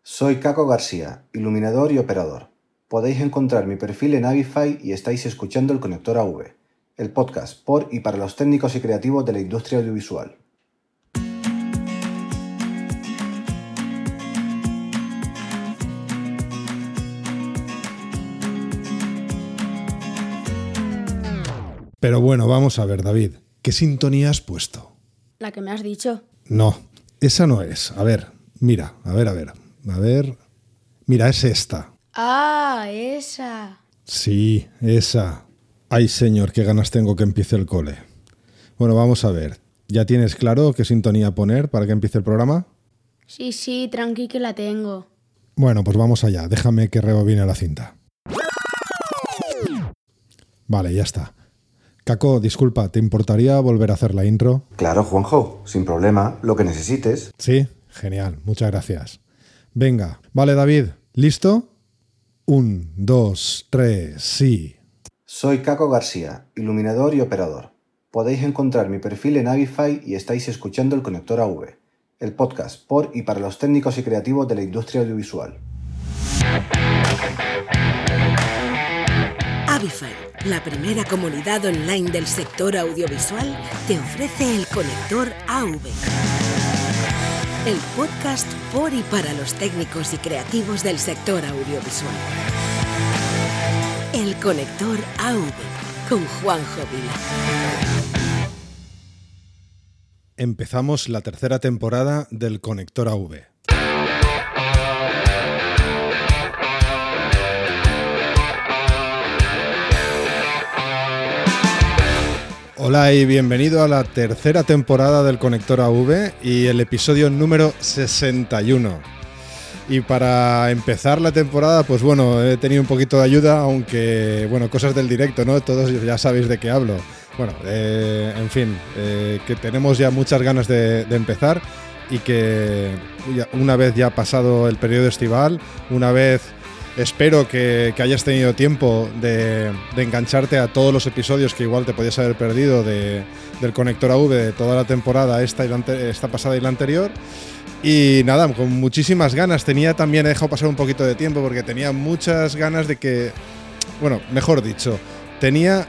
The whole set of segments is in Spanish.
Soy Caco García, iluminador y operador. Podéis encontrar mi perfil en Avify y estáis escuchando El Conector AV, el podcast por y para los técnicos y creativos de la industria audiovisual. Pero bueno, vamos a ver, David, ¿qué sintonía has puesto? La que me has dicho. No, esa no es. A ver, mira, a ver. Mira, es esta. Ah, esa. Sí, esa. Ay, señor, qué ganas tengo que empiece el cole. Bueno, vamos a ver. ¿Ya tienes claro qué sintonía poner para que empiece el programa? Sí, tranqui que la tengo. Bueno, pues vamos allá. Déjame que rebobine la cinta. Vale, ya está. Caco, disculpa, ¿te importaría volver a hacer la intro? Claro, Juanjo, sin problema, lo que necesites. Sí, genial, muchas gracias. Venga, vale, David, ¿listo? 1, 2, 3, sí. Soy Caco García, iluminador y operador. Podéis encontrar mi perfil en Avify y estáis escuchando El Conector AV, el podcast por y para los técnicos y creativos de la industria audiovisual. Avify, la primera comunidad online del sector audiovisual, te ofrece El Conector AV. El podcast por y para los técnicos y creativos del sector audiovisual. El Conector AV, con Juanjo Vila. Empezamos la tercera temporada del Conector AV. Hola y bienvenido a la tercera temporada del Conector AV y el episodio número 61. Y para empezar la temporada, pues bueno, he tenido un poquito de ayuda, aunque, bueno, cosas del directo, ¿no? Todos ya sabéis de qué hablo. Bueno, en fin, que tenemos ya muchas ganas de empezar y que una vez ya pasado el periodo estival, una vez... Espero que hayas tenido tiempo de engancharte a todos los episodios que igual te podías haber perdido del Conector AV de toda la temporada esta pasada y la anterior. Y nada, con muchísimas ganas. He dejado pasar un poquito de tiempo porque tenía muchas ganas de que... Bueno, mejor dicho, quería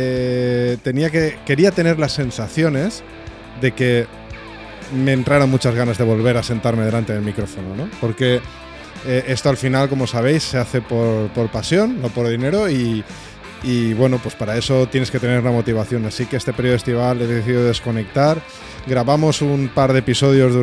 tener las sensaciones de que me entraran muchas ganas de volver a sentarme delante del micrófono, ¿no? Porque... esto al final, como sabéis, se hace por pasión, no por dinero y bueno, pues para eso tienes que tener la motivación. Así que este periodo estival he decidido desconectar. Grabamos un par de episodios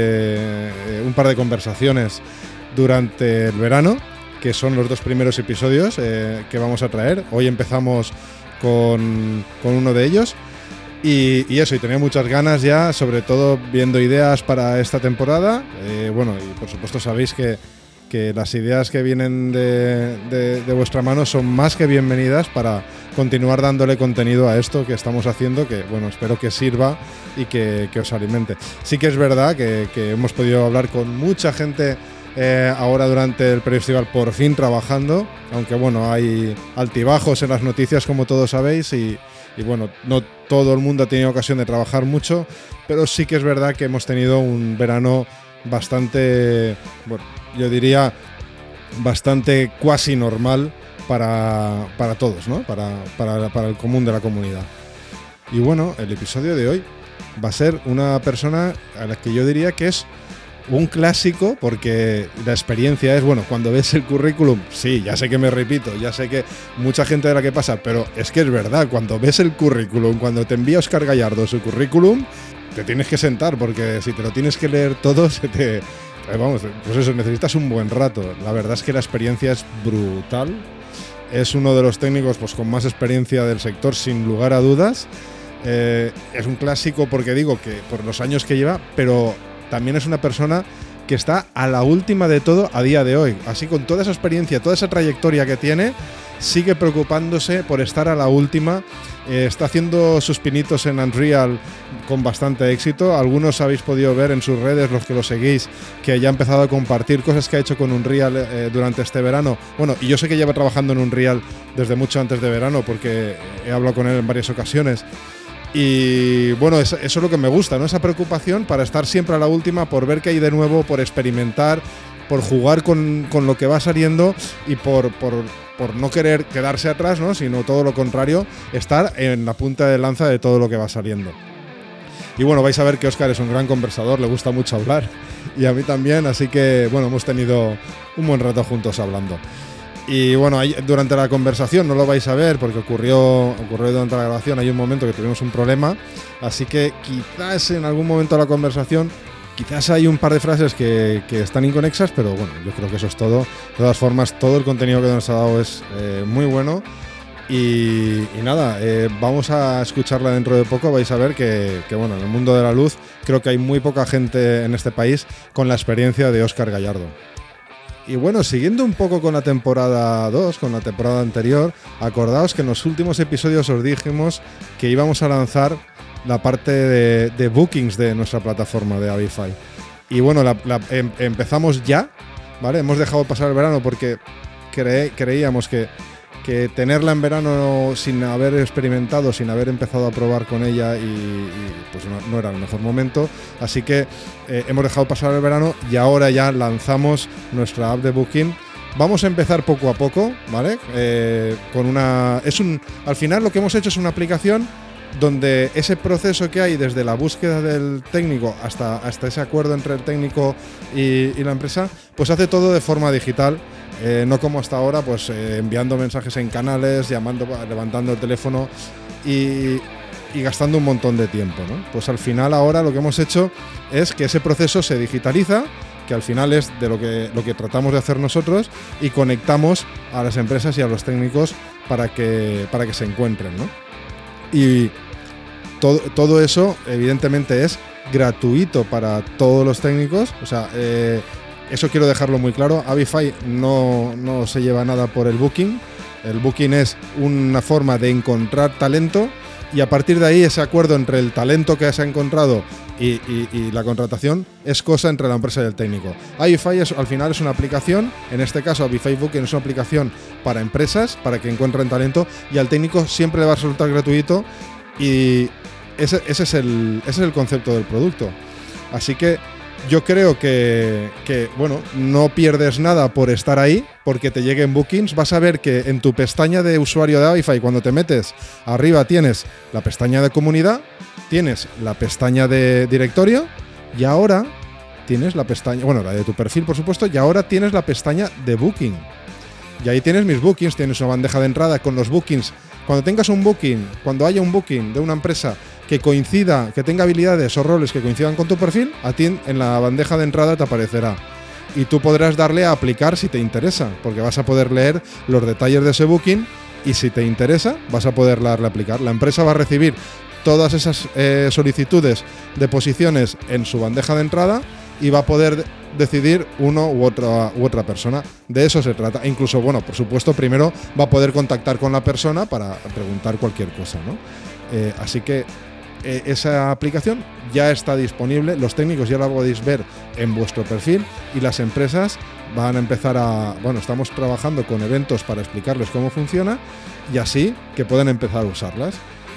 un par de conversaciones durante el verano, que son los dos primeros episodios que vamos a traer. Hoy empezamos con uno de ellos. Y eso, y tenía muchas ganas ya, sobre todo viendo ideas para esta temporada. Bueno, y por supuesto sabéis que las ideas que vienen de vuestra mano son más que bienvenidas para continuar dándole contenido a esto que estamos haciendo, que bueno, espero que sirva y que os alimente. Sí que es verdad que hemos podido hablar con mucha gente ahora durante el periodo estival, por fin trabajando, aunque bueno, hay altibajos en las noticias, como todos sabéis, y bueno, no todo el mundo ha tenido ocasión de trabajar mucho, pero sí que es verdad que hemos tenido un verano bastante, bueno, yo diría bastante cuasi normal para todos, ¿no? Para el común de la comunidad. Y bueno, el episodio de hoy va a ser una persona a la que yo diría que es un clásico, porque la experiencia es, bueno, cuando ves el currículum, sí, ya sé que me repito, ya sé que mucha gente de la que pasa, pero es que es verdad, cuando ves el currículum, cuando te envía Óscar Gallardo su currículum, te tienes que sentar, porque si te lo tienes que leer todo, vamos, pues eso, necesitas un buen rato. La verdad es que la experiencia es brutal. Es uno de los técnicos pues con más experiencia del sector, sin lugar a dudas. Es un clásico porque digo que por los años que lleva, pero también es una persona que está a la última de todo a día de hoy. Así, con toda esa experiencia, toda esa trayectoria que tiene, sigue preocupándose por estar a la última. Está haciendo sus pinitos en Unreal con bastante éxito. Algunos habéis podido ver en sus redes, los que lo seguís, que ya ha empezado a compartir cosas que ha hecho con Unreal durante este verano. Bueno, y yo sé que lleva trabajando en Unreal desde mucho antes de verano, porque he hablado con él en varias ocasiones. Y bueno, eso es lo que me gusta, ¿no? Esa preocupación para estar siempre a la última, por ver qué hay de nuevo, por experimentar por jugar con lo que va saliendo y por no querer quedarse atrás, ¿no? Sino todo lo contrario, estar en la punta de lanza de todo lo que va saliendo. Y bueno, vais a ver que Óscar es un gran conversador, le gusta mucho hablar, y a mí también, así que bueno, hemos tenido un buen rato juntos hablando. Y bueno, durante la conversación no lo vais a ver porque ocurrió durante la grabación, hay un momento que tuvimos un problema, así que quizás en algún momento de la conversación quizás hay un par de frases que están inconexas, pero bueno, yo creo que eso es todo. De todas formas, todo el contenido que nos ha dado es muy bueno. Y nada, vamos a escucharla dentro de poco. Vais a ver que bueno, en el mundo de la luz creo que hay muy poca gente en este país con la experiencia de Óscar Gallardo. Y bueno, siguiendo un poco con la temporada 2, con la temporada anterior, acordaos que en los últimos episodios os dijimos que íbamos a lanzar la parte de bookings de nuestra plataforma de Avify. Y bueno, empezamos ya, ¿vale? Hemos dejado pasar el verano porque creíamos que tenerla en verano sin haber experimentado, sin haber empezado a probar con ella y pues no era el mejor momento. Así que hemos dejado pasar el verano y ahora ya lanzamos nuestra app de booking. Vamos a empezar poco a poco, ¿vale? Al final lo que hemos hecho es una aplicación donde ese proceso que hay desde la búsqueda del técnico hasta ese acuerdo entre el técnico y la empresa, pues hace todo de forma digital, no como hasta ahora, pues enviando mensajes en canales, llamando, levantando el teléfono y gastando un montón de tiempo, ¿no? Pues al final ahora lo que hemos hecho es que ese proceso se digitaliza, que al final es de lo que tratamos de hacer nosotros, y conectamos a las empresas y a los técnicos para que se encuentren, ¿no? Y todo eso evidentemente es gratuito para todos los técnicos, o sea, eso quiero dejarlo muy claro. Avify no se lleva nada por el booking. El booking es una forma de encontrar talento y a partir de ahí ese acuerdo entre el talento que se ha encontrado y la contratación es cosa entre la empresa y el técnico. Avify al final es una aplicación, en este caso Avify Booking es una aplicación para empresas, para que encuentren talento, y al técnico siempre le va a resultar gratuito, y ese es el concepto del producto. Así que yo creo que bueno, no pierdes nada por estar ahí, porque te lleguen bookings. Vas a ver que en tu pestaña de usuario de Avify, cuando te metes, arriba tienes la pestaña de comunidad, tienes la pestaña de directorio y ahora tienes la pestaña, bueno, la de tu perfil, por supuesto, y ahora tienes la pestaña de booking. Y ahí tienes mis bookings, tienes una bandeja de entrada con los bookings. Cuando tengas un booking, cuando haya un booking de una empresa que coincida, que tenga habilidades o roles que coincidan con tu perfil, a ti en la bandeja de entrada te aparecerá. Y tú podrás darle a aplicar si te interesa, porque vas a poder leer los detalles de ese booking y si te interesa vas a poder darle a aplicar. La empresa va a recibir todas esas solicitudes de posiciones en su bandeja de entrada y va a poder decidir uno u otra persona. De eso se trata. Incluso, bueno, por supuesto, primero va a poder contactar con la persona para preguntar cualquier cosa, ¿no? Así que esa aplicación ya está disponible, los técnicos ya la podéis ver en vuestro perfil y las empresas van a empezar bueno, estamos trabajando con eventos para explicarles cómo funciona y así que puedan empezar a usarlas.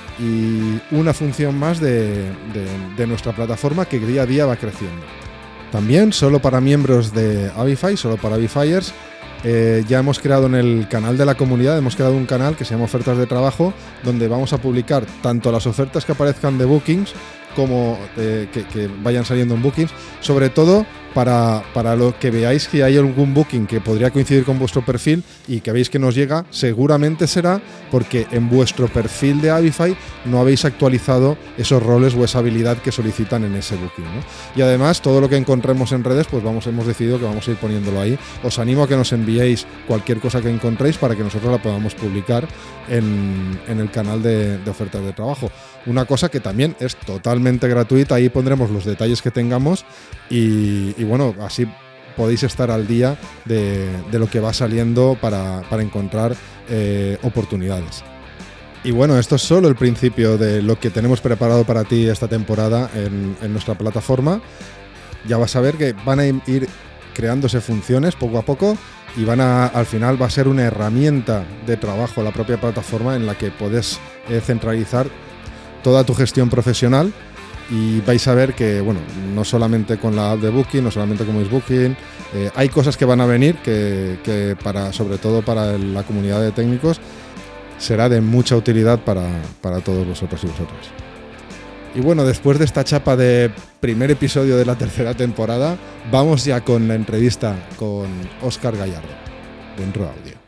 Y una función más de nuestra plataforma que día a día va creciendo. También, solo para miembros de Avify, solo para Avifyers, ya hemos creado en el canal de la comunidad, hemos creado un canal que se llama Ofertas de Trabajo, donde vamos a publicar tanto las ofertas que aparezcan de bookings como que vayan saliendo en bookings, sobre todo para lo que veáis que hay algún booking que podría coincidir con vuestro perfil y que veis que nos llega, seguramente será porque en vuestro perfil de Avify no habéis actualizado esos roles o esa habilidad que solicitan en ese booking, ¿no? Y además todo lo que encontremos en redes, pues hemos decidido que vamos a ir poniéndolo ahí. Os animo a que nos enviéis cualquier cosa que encontréis para que nosotros la podamos publicar en el canal de Ofertas de Trabajo. Una cosa que también es totalmente gratuita, ahí pondremos los detalles que tengamos y bueno, así podéis estar al día de lo que va saliendo para encontrar oportunidades. Y bueno, esto es solo el principio de lo que tenemos preparado para ti esta temporada en nuestra plataforma. Ya vas a ver que van a ir creándose funciones poco a poco y al final va a ser una herramienta de trabajo la propia plataforma en la que puedes centralizar toda tu gestión profesional y vais a ver que, bueno, no solamente con la app de Booking, no solamente con Wix Booking, hay cosas que van a venir que sobre todo para la comunidad de técnicos, será de mucha utilidad para todos vosotros y vosotras. Y bueno, después de esta chapa de primer episodio de la tercera temporada, vamos ya con la entrevista con Óscar Gallardo, dentro Audio.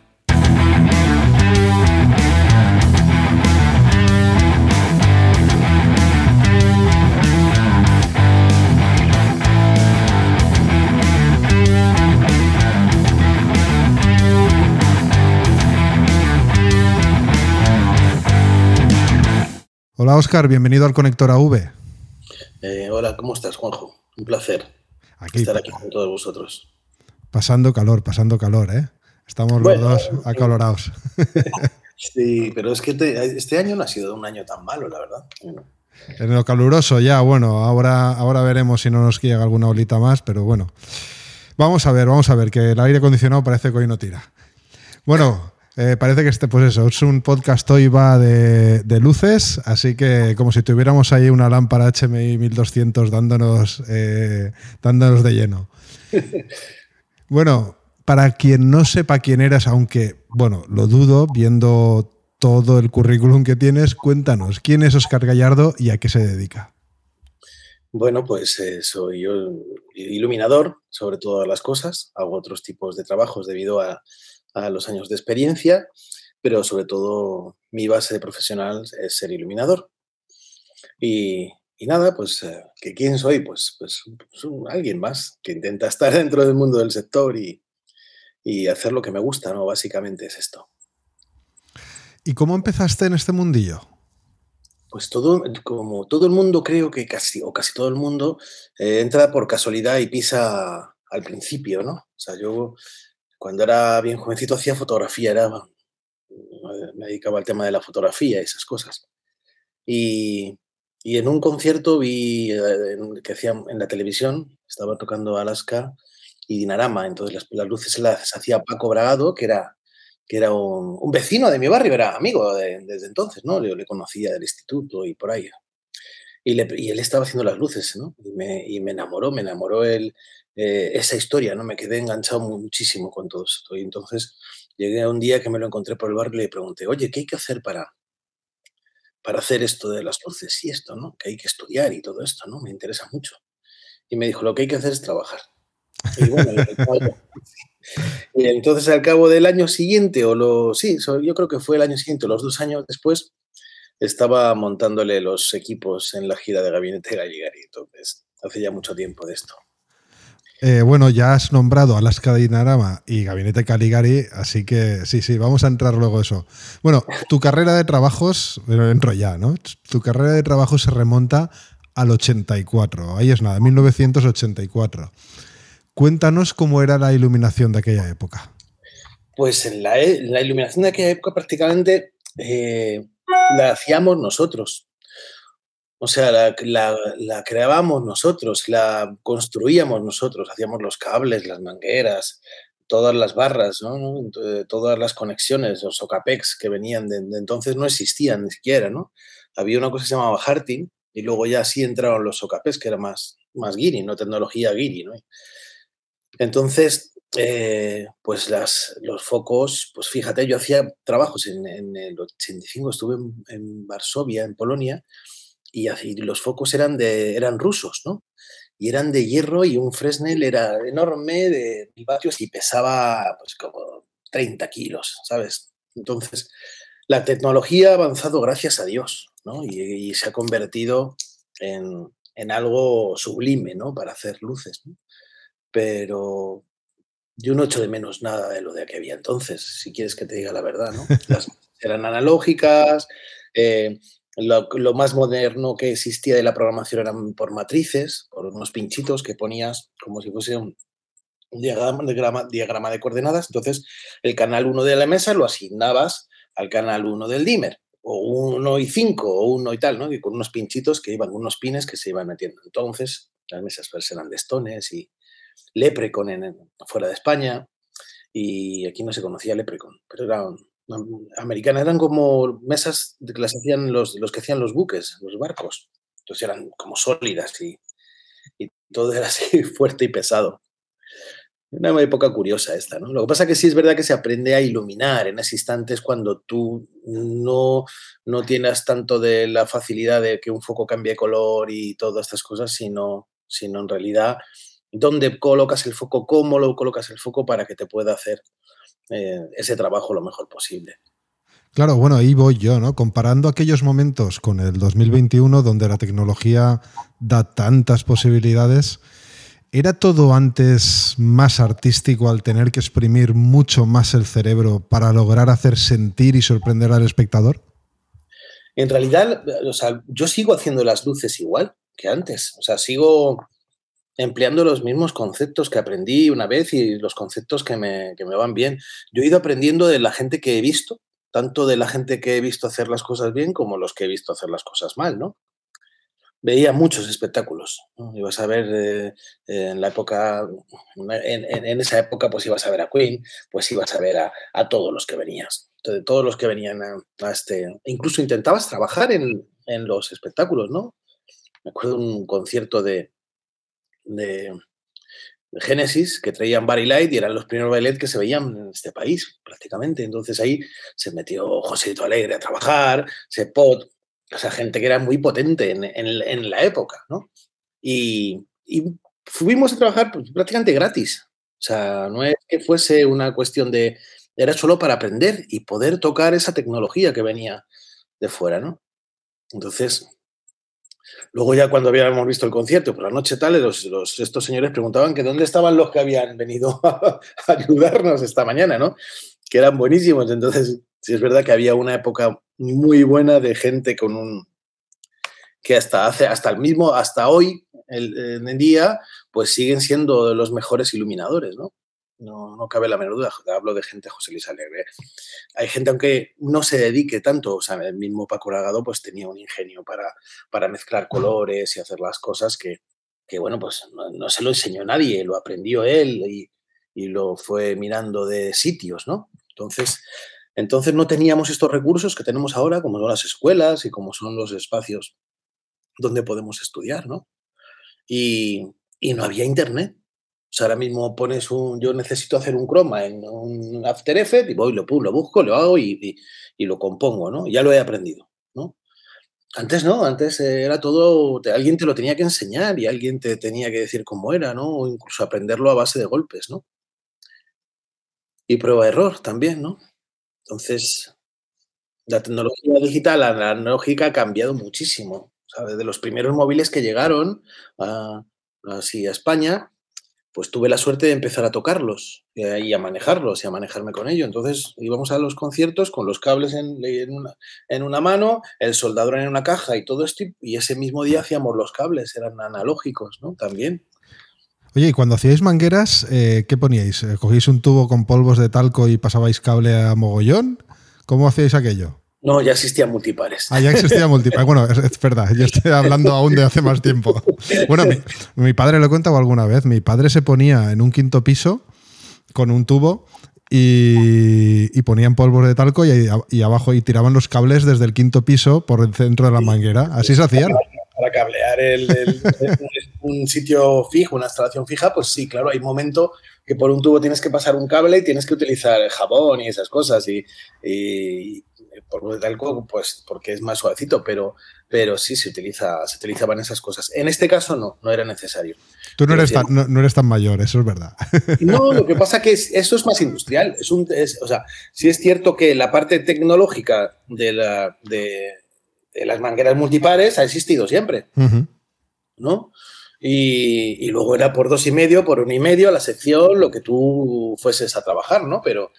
Hola Óscar, bienvenido al Conector AV. Hola, ¿cómo estás, Juanjo? Un placer estar aquí con todos vosotros. Pasando calor, ¿eh? Estamos los dos acalorados. Sí, pero es que este año no ha sido un año tan malo, la verdad. En lo caluroso ya, bueno, ahora veremos si no nos llega alguna olita más, pero bueno. Vamos a ver, que el aire acondicionado parece que hoy no tira. Bueno... parece que pues eso, es un podcast hoy va de luces, así que como si tuviéramos ahí una lámpara HMI 1200 dándonos de lleno. Bueno, para quien no sepa quién eres, aunque, bueno, lo dudo, viendo todo el currículum que tienes, cuéntanos, ¿quién es Óscar Gallardo y a qué se dedica? Bueno, pues soy yo iluminador, sobre todas las cosas. Hago otros tipos de trabajos debido a los años de experiencia, pero sobre todo mi base profesional es ser iluminador. Y nada, pues, ¿quién soy? Pues alguien más que intenta estar dentro del mundo del sector y hacer lo que me gusta, ¿no? Básicamente es esto. ¿Y cómo empezaste en este mundillo? Pues como todo el mundo, creo que casi todo el mundo entra por casualidad y pisa al principio, ¿no? O sea, yo cuando era bien jovencito hacía fotografía, me dedicaba al tema de la fotografía y esas cosas. Y en un concierto vi que hacían en la televisión, estaba tocando Alaska y Dinarama, entonces las luces las hacía Paco Bragado, que era un vecino de mi barrio, era amigo desde entonces, ¿no? Yo le conocía del instituto y por ahí. Y él estaba haciendo las luces, ¿no? Y me enamoró esa historia, ¿no? Me quedé enganchado muchísimo con todo esto. Y entonces llegué a un día que me lo encontré por el barrio y le pregunté, oye, ¿qué hay que hacer para hacer esto de las luces y esto, ¿no? Que hay que estudiar y todo esto, ¿no? Me interesa mucho. Y me dijo, lo que hay que hacer es trabajar. Y bueno, y entonces al cabo del año siguiente, yo creo que fue el año siguiente, los 2 años después, estaba montándole los equipos en la gira de Gabinete Caligari. Entonces, hace ya mucho tiempo de esto. Bueno, ya has nombrado Alaska Dinarama y Gabinete Caligari, así que sí, vamos a entrar luego eso. Bueno, tu carrera de trabajos, entro ya, ¿no? Tu carrera de trabajos se remonta al 84, ahí es nada, 1984. Cuéntanos cómo era la iluminación de aquella época. Pues en la iluminación de aquella época prácticamente la hacíamos nosotros. O sea, la creábamos nosotros, la construíamos nosotros, hacíamos los cables, las mangueras, todas las barras, ¿no? Todas las conexiones, los socapex que venían de entonces no existían ni siquiera, ¿no? Había una cosa que se llamaba Harting y luego ya sí entraron los socapex, que era más Guiri, no tecnología Guiri, ¿no? Entonces, pues los focos, pues fíjate, yo hacía trabajos en el 85, estuve en Varsovia, en Polonia, y los focos eran rusos, ¿no? Y eran de hierro y un Fresnel era enorme, de 1000 vatios, y pesaba pues como 30 kilos, ¿sabes? Entonces, la tecnología ha avanzado gracias a Dios, ¿no? Y se ha convertido en algo sublime, ¿no? Para hacer luces, ¿no? Pero yo no echo de menos nada de lo de que había entonces, si quieres que te diga la verdad, ¿no? Las eran analógicas, lo más moderno que existía de la programación eran por matrices, por unos pinchitos que ponías como si fuese un diagrama de coordenadas. Entonces, el canal 1 de la mesa lo asignabas al canal 1 del dimmer, o 1 y 5, o 1 y tal, ¿no? Y con unos pinchitos que iban, unos pines que se iban metiendo. Entonces, las mesas pues eran de Stones y Leprecon fuera de España, y aquí no se conocía Leprecon, pero eran americanas, eran como mesas que las hacían los que hacían los buques, los barcos. Entonces eran como sólidas y todo era así fuerte y pesado. Una época curiosa esta, ¿no? Lo que pasa es que sí es verdad que se aprende a iluminar en ese instante, es cuando tú no tienes tanto de la facilidad de que un foco cambie de color y todas estas cosas, sino en realidad dónde colocas el foco, cómo lo colocas el foco para que te pueda hacer ese trabajo lo mejor posible. Claro, bueno, ahí voy yo, ¿no? Comparando aquellos momentos con el 2021, donde la tecnología da tantas posibilidades, ¿era todo antes más artístico al tener que exprimir mucho más el cerebro para lograr hacer sentir y sorprender al espectador? En realidad, o sea, yo sigo haciendo las luces igual que antes. O sea, sigo empleando los mismos conceptos que aprendí una vez y los conceptos que me van bien. Yo he ido aprendiendo de la gente que he visto, tanto de la gente que he visto hacer las cosas bien como los que he visto hacer las cosas mal, ¿no? Veía muchos espectáculos, ¿no? Ibas a ver en la época, en esa época, pues ibas a ver a Queen, pues ibas a ver a todos los que venías, todos los que venían a este. Incluso intentabas trabajar en los espectáculos, ¿no? Me acuerdo de un concierto de Genesis que traían Barry Light y eran los primeros ballet que se veían en este país, prácticamente. Entonces ahí se metió Joséito Alegre a trabajar, Sepot. O sea, gente que era muy potente en la época, ¿no? Y fuimos a trabajar pues, prácticamente gratis. O sea, no es que fuese una cuestión de... Era solo para aprender y poder tocar esa tecnología que venía de fuera, ¿no? Entonces, luego ya cuando habíamos visto el concierto, por la noche tal, estos señores preguntaban que dónde estaban los que habían venido a ayudarnos esta mañana, ¿no? Que eran buenísimos. Entonces, sí es verdad que había una época muy buena de gente que hasta hoy en el día, pues siguen siendo los mejores iluminadores, ¿no? No cabe la menor duda. Hablo de gente, José Luis Alegre. Hay gente, aunque no se dedique tanto, o sea, el mismo Paco Ragado pues tenía un ingenio para mezclar colores y hacer las cosas que bueno, pues no se lo enseñó nadie, lo aprendió él y lo fue mirando de sitios, ¿no? Entonces no teníamos estos recursos que tenemos ahora, como son las escuelas y como son los espacios donde podemos estudiar, ¿no? Y no había internet. O sea, ahora mismo yo necesito hacer un croma en un After Effects y voy, lo busco, lo hago y lo compongo, ¿no? Ya lo he aprendido, ¿no? Antes no, antes era todo, alguien te lo tenía que enseñar y alguien te tenía que decir cómo era, ¿no? O incluso aprenderlo a base de golpes, ¿no? Y prueba-error también, ¿no? Entonces, la tecnología digital, la analógica, ha cambiado muchísimo. ¿Sabes? De los primeros móviles que llegaron así a España, pues tuve la suerte de empezar a tocarlos y a manejarlos y a manejarme con ello. Entonces íbamos a los conciertos con los cables en una mano, el soldador en una caja y todo esto, y ese mismo día hacíamos los cables, eran analógicos, ¿no? También. Oye, y cuando hacíais mangueras, ¿qué poníais? ¿Cogíais un tubo con polvos de talco y pasabais cable a mogollón? ¿Cómo hacíais aquello? No, ya existían multipares. Ah, ya existía multipares. Bueno, es verdad, yo estoy hablando aún de hace más tiempo. Bueno, mi padre lo he contado alguna vez. Mi padre se ponía en un quinto piso con un tubo y ponían polvos de talco y abajo y tiraban los cables desde el quinto piso por el centro de la manguera. Así se hacían. Para cablear un sitio fijo, una instalación fija, pues sí, claro, hay un momento que por un tubo tienes que pasar un cable y tienes que utilizar jabón y esas cosas y polvo de talco, pues porque es más suavecito, pero sí se utilizaban esas cosas. En este caso no era necesario. Tú no eres tan mayor, eso es verdad. No, lo que pasa que eso es más industrial. O sea, sí es cierto que la parte tecnológica de las mangueras multipares ha existido siempre, ¿no? Y luego era por 2,5, por 1,5 la sección, lo que tú fueses a trabajar, ¿no? Pero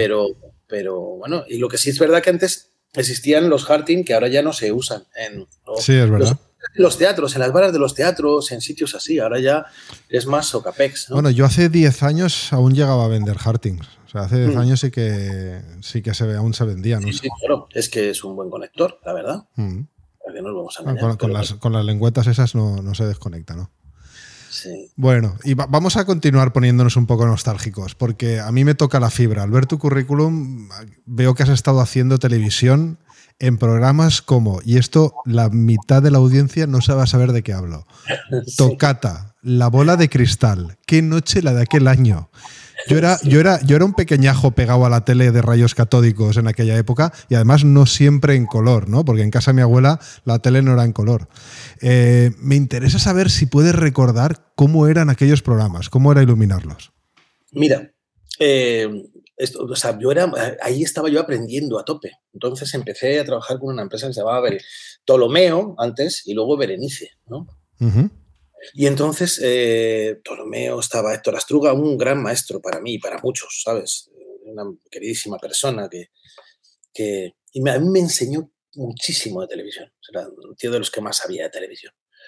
bueno, y lo que sí es verdad que antes existían los Harting que ahora ya no se usan sí, es verdad. Los teatros, en las varas de los teatros, en sitios así, ahora ya es más Socapex, ¿no? Bueno, yo hace 10 años aún llegaba a vender Hartings. O sea, hace 10 años sí que aún se vendía, ¿no? Sí, claro, es que es un buen conector, la verdad. Para que no nos vamos a engañar. Con las lengüetas esas no se desconecta, ¿no? Sí. Bueno, y vamos a continuar poniéndonos un poco nostálgicos, porque a mí me toca la fibra. Al ver tu currículum, veo que has estado haciendo televisión en programas como, y esto la mitad de la audiencia no sabe saber de qué hablo, Sí. Toccata, La bola de cristal, Qué noche la de aquel año. Yo era un pequeñajo pegado a la tele de rayos catódicos en aquella época y además no siempre en color, ¿no? Porque en casa de mi abuela la tele no era en color. Me interesa saber si puedes recordar cómo eran aquellos programas, cómo era iluminarlos. Mira, o sea, ahí estaba yo aprendiendo a tope. Entonces empecé a trabajar con una empresa que se llamaba Ptolomeo antes y luego Berenice, ¿no? Uh-huh. Y entonces Ptolomeo estaba Héctor Astruga, un gran maestro para mí y para muchos, ¿sabes? Una queridísima persona y a mí me enseñó muchísimo de televisión. Era un tío de los que más sabía de televisión.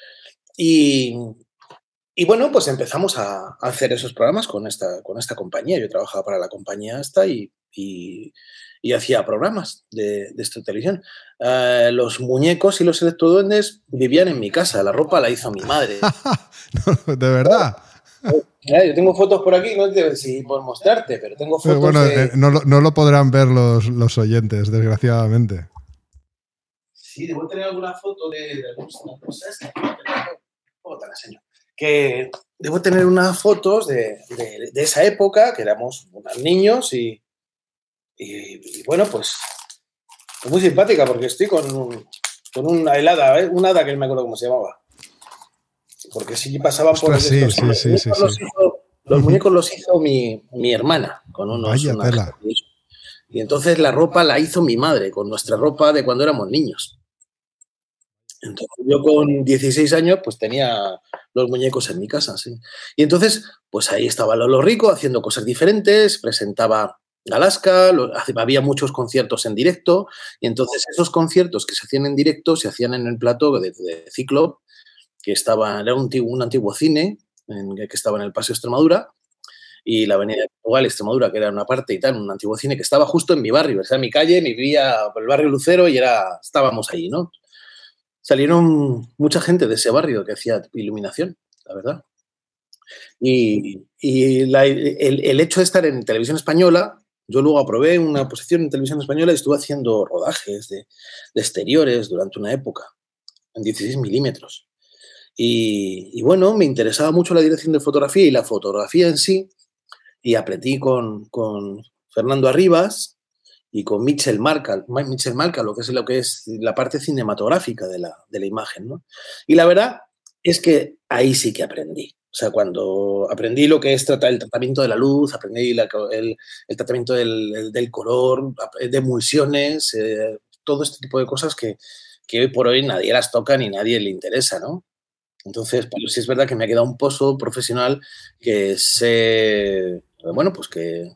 Y bueno, pues empezamos a hacer esos programas con esta compañía. Yo trabajaba para la compañía esta y hacía programas de esta televisión. Los muñecos y los electroduendes vivían en mi casa. La ropa la hizo mi madre. No, ¿de verdad? Yo tengo fotos por aquí, no sé si puedo mostrarte, pero tengo fotos bueno, no lo podrán ver los oyentes, desgraciadamente. Sí, debo tener alguna foto de algunas cosas. ¿Cómo te la enseño? Que debo tener unas fotos de esa época, que éramos unos niños y bueno, pues es muy simpática porque estoy con una helada, un hada que no me acuerdo cómo se llamaba. Porque sí pasaban por los muñecos los hizo mi hermana con unas tela. Y entonces la ropa la hizo mi madre con nuestra ropa de cuando éramos niños. Entonces yo con 16 años pues tenía los muñecos en mi casa, sí. Y entonces pues ahí estaba Lolo Rico haciendo cosas diferentes, presentaba Alaska, había muchos conciertos en directo y entonces esos conciertos que se hacían en directo se hacían en el plató de Ciclo, que era un antiguo cine que estaba en el Paseo Extremadura y la avenida de Portugal, Extremadura, que era una parte y tal, un antiguo cine que estaba justo en mi barrio, o sea, en mi calle, vivía por el barrio Lucero y estábamos ahí, ¿no? Salieron mucha gente de ese barrio que hacía iluminación, la verdad. Y el hecho de estar en televisión española, yo luego aprobé una posición en televisión española y estuve haciendo rodajes de exteriores durante una época, en 16 milímetros. Y bueno, me interesaba mucho la dirección de fotografía y la fotografía en sí, y aprendí con Fernando Arribas y con Mitchell Marca, lo que es la parte cinematográfica de la imagen, ¿no? Y la verdad es que ahí sí que aprendí. O sea, cuando aprendí lo que es el tratamiento de la luz, aprendí el tratamiento del color, de emulsiones, todo este tipo de cosas que hoy por hoy nadie las toca ni nadie le interesa, ¿no? Entonces, pero sí es verdad que me ha quedado un pozo profesional que sé, bueno, pues que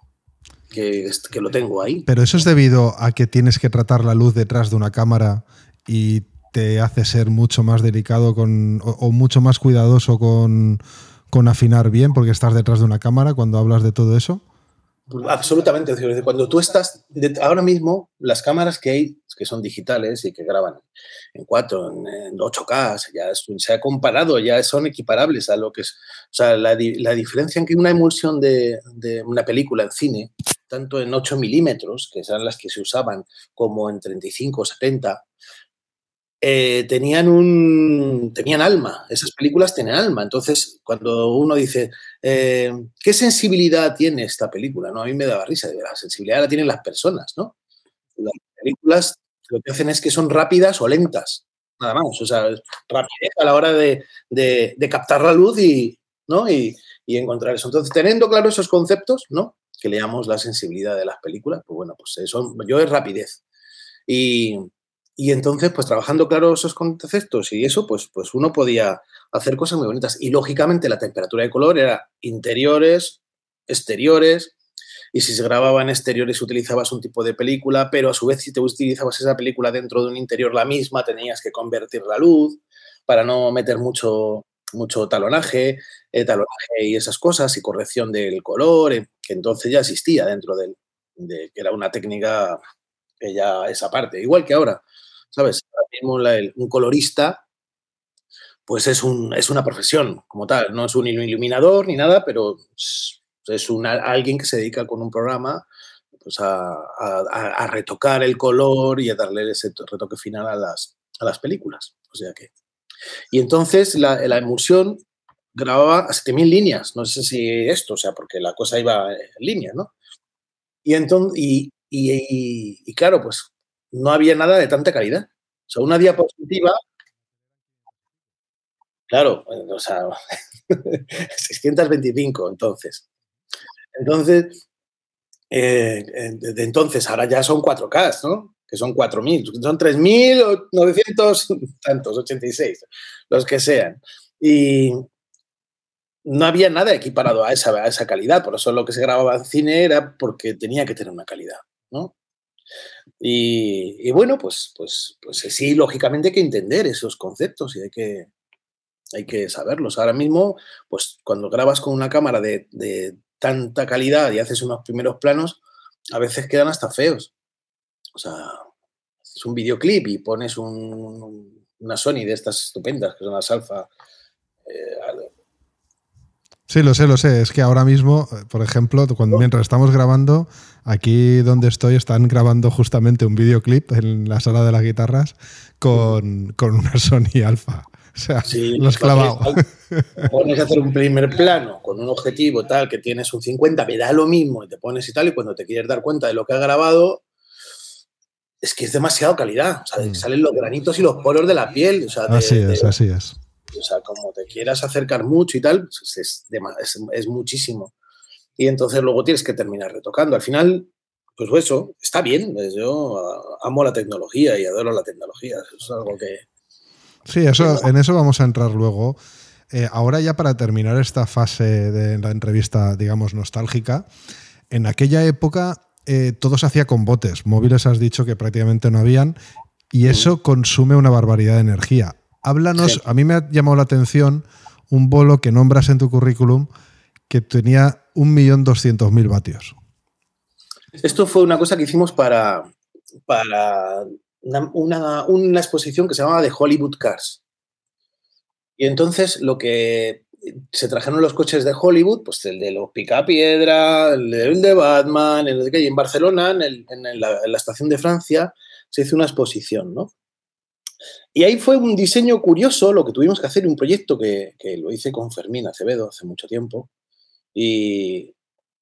lo tengo ahí. Pero eso es debido a que tienes que tratar la luz detrás de una cámara y te hace ser mucho más delicado o mucho más cuidadoso con afinar bien porque estás detrás de una cámara cuando hablas de todo eso. Absolutamente. Cuando tú estás, ahora mismo, las cámaras que hay, que son digitales y que graban en 4, en 8K, ya se ha comparado, ya son equiparables a lo que es. O sea, la diferencia en que una emulsión de una película en cine, tanto en 8 milímetros, que eran las que se usaban, como en 35 o 70, tenían alma. Esas películas tienen alma. Entonces, cuando uno dice, ¿qué sensibilidad tiene esta película? ¿No? A mí me daba risa. La sensibilidad la tienen las personas, ¿no? Las películas lo que hacen es que son rápidas o lentas, nada más. O sea, rapidez a la hora de captar la luz ¿no? y encontrar eso. Entonces, teniendo claro esos conceptos, ¿no? Que le llamamos la sensibilidad de las películas, pues bueno, pues yo es rapidez. Y entonces, pues trabajando claro esos conceptos y eso, pues uno podía hacer cosas muy bonitas. Y lógicamente la temperatura de color era interiores, exteriores, y si se grababa en exteriores utilizabas un tipo de película, pero a su vez si te utilizabas esa película dentro de un interior la misma, tenías que convertir la luz para no meter mucho talonaje y esas cosas, y corrección del color, que entonces ya existía dentro que era una técnica que ya esa parte, igual que ahora. ¿Sabes? Ahora mismo un colorista pues es una profesión como tal, no es un iluminador ni nada, pero es alguien que se dedica con un programa pues a retocar el color y a darle ese retoque final a las películas. O sea que... Y entonces la emulsión grababa a 7000 líneas. No sé si esto, o sea, porque la cosa iba en línea, ¿no? Y entonces, y claro, pues no había nada de tanta calidad. O sea, una diapositiva, claro, o sea, 625 entonces. Entonces, de entonces, ahora ya son 4K, ¿no? Que son 4000, son 3900 tantos, 86, los que sean. Y no había nada equiparado a esa calidad, por eso lo que se grababa en cine era porque tenía que tener una calidad, ¿no? Y bueno, pues sí, lógicamente hay que entender esos conceptos y hay que saberlos. Ahora mismo, pues cuando grabas con una cámara de tanta calidad y haces unos primeros planos, a veces quedan hasta feos. O sea, es un videoclip y pones una Sony de estas estupendas, que son las Alpha. Sí, lo sé. Es que ahora mismo, por ejemplo, mientras estamos grabando, aquí donde estoy están grabando justamente un videoclip en la sala de las guitarras con una Sony Alpha. O sea, sí, lo has clavado. Pones a hacer un primer plano con un objetivo tal que tienes un 50, me da lo mismo y te pones y tal, y cuando te quieres dar cuenta de lo que has grabado, es que es demasiado calidad. O sea, salen los granitos y los poros de la piel. O sea, así es. O sea, como te quieras acercar mucho y tal, pues es muchísimo. Y entonces luego tienes que terminar retocando. Al final, pues eso, está bien. Yo amo la tecnología y adoro la tecnología. Eso es algo que... Sí, en eso vamos a entrar luego. Ahora ya para terminar esta fase de la entrevista, digamos, nostálgica, en aquella época todo se hacía con botes. Móviles has dicho que prácticamente no habían y eso consume una barbaridad de energía. Háblanos, sí. A mí me ha llamado la atención un bolo que nombras en tu currículum que tenía 1.200.000 vatios. Esto fue una cosa que hicimos para una exposición que se llamaba The Hollywood Cars. Y entonces lo que se trajeron los coches de Hollywood, pues el de los Picapiedra, el de Batman, y en Barcelona, en la estación de Francia, se hizo una exposición, ¿no? Y ahí fue un diseño curioso, lo que tuvimos que hacer, un proyecto que lo hice con Fermín Acevedo hace mucho tiempo, y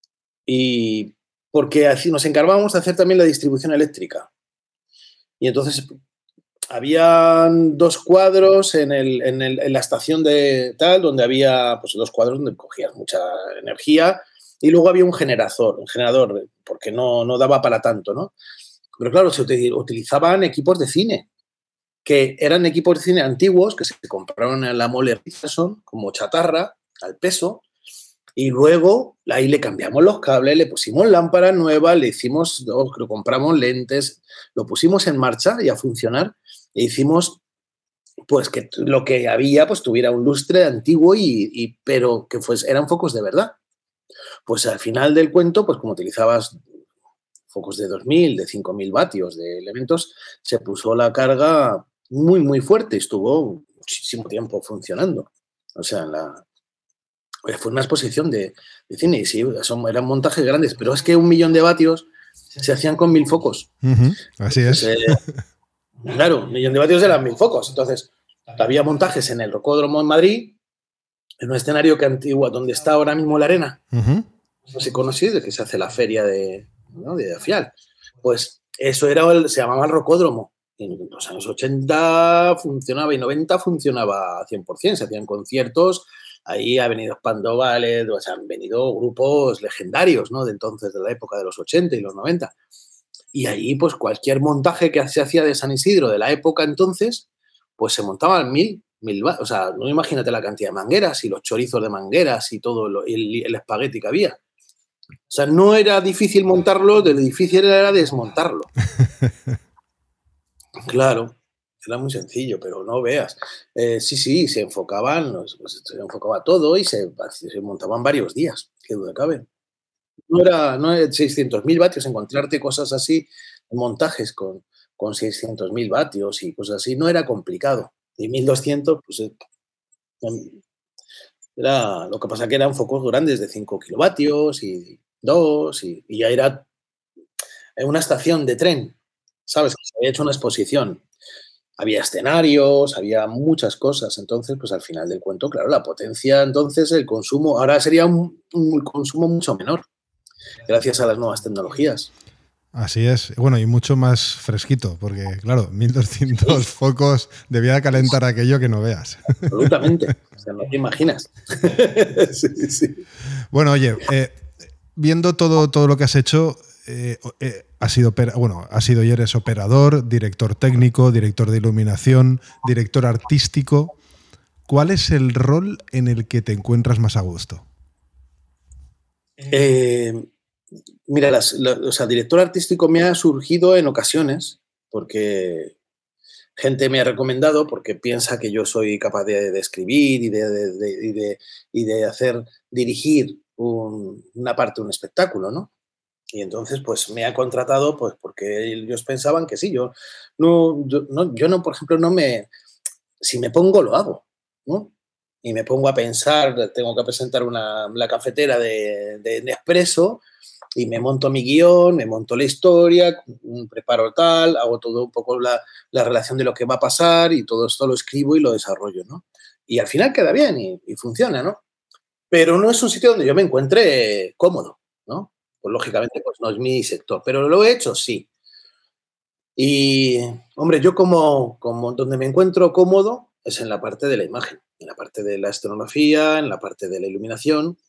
porque así nos encargábamos de hacer también la distribución eléctrica. Y entonces habían 2 cuadros en la estación de tal, donde había pues 2 cuadros donde cogías mucha energía, y luego había un generador, porque no daba para tanto, ¿no? Pero claro, se utilizaban equipos de cine, que eran equipos de cine antiguos que se compraron en la Mole Richardson como chatarra, al peso, y luego ahí le cambiamos los cables, le pusimos lámparas nuevas, lo compramos lentes, lo pusimos en marcha y a funcionar, e hicimos pues que lo que había pues tuviera un lustre antiguo pero que eran focos de verdad. Pues al final del cuento, pues como utilizabas focos de 2000, de 5000 vatios de elementos, se puso la carga muy, muy fuerte y estuvo muchísimo tiempo funcionando. O sea, fue una exposición de cine y sí, eran montajes grandes, pero es que 1.000.000 de vatios se hacían con 1000 focos. Así es. Claro, 1.000.000 de vatios eran 1000 focos. Entonces, había montajes en el Rocódromo en Madrid, en un escenario que antiguo, donde está ahora mismo la arena. No sé, conocido, que se hace la feria de Fial. Pues eso se llamaba el Rocódromo. En los años 80 funcionaba y 90 funcionaba 100%. Se hacían conciertos. Ahí ha venido Spandau, o sea, han venido grupos legendarios, ¿no? De entonces, de la época de los 80 y los 90. Y ahí, pues, cualquier montaje que se hacía de San Isidro de la época entonces, pues se montaban 1000. O sea, no imagínate la cantidad de mangueras y los chorizos de mangueras y todo el espagueti que había. O sea, no era difícil montarlo, lo difícil era desmontarlo. Claro. Era muy sencillo, pero no veas. Sí, se enfocaba todo y se montaban varios días, qué duda cabe. No era 600.000 vatios, encontrarte cosas así, montajes con 600.000 vatios y cosas así, no era complicado. Y 1.200, pues era, lo que pasa que eran focos grandes de 5 kilovatios y 2, y ya era una estación de tren, ¿sabes? Que se había hecho una exposición. Había escenarios, había muchas cosas. Entonces, pues al final del cuento, claro, la potencia, entonces el consumo, ahora sería un consumo mucho menor, gracias a las nuevas tecnologías. Así es. Bueno, y mucho más fresquito, porque claro, 1200 focos debía calentar aquello que no veas. Absolutamente. O sea, no te imaginas. Sí, sí. Bueno, oye, viendo todo lo que has hecho, has sido y eres operador, director técnico, director de iluminación, director artístico. ¿Cuál es el rol en el que te encuentras más a gusto? Mira, o sea, director artístico me ha surgido en ocasiones, porque gente me ha recomendado, porque piensa que yo soy capaz de escribir y de hacer, dirigir una parte de un espectáculo, ¿no? Y entonces, pues me ha contratado, pues porque ellos pensaban que sí. Yo no, por ejemplo, si me pongo, lo hago, ¿no? Y me pongo a pensar, tengo que presentar la cafetera de Nespresso, y me monto mi guión, me monto la historia, preparo tal, hago todo un poco la relación de lo que va a pasar, y todo esto lo escribo y lo desarrollo, ¿no? Y al final queda bien y funciona, ¿no? Pero no es un sitio donde yo me encuentre cómodo, ¿no? Pues lógicamente pues no es mi sector, pero lo he hecho, sí. Y, hombre, yo como donde me encuentro cómodo es en la parte de la imagen, en la parte de la escenografía, en la parte de la iluminación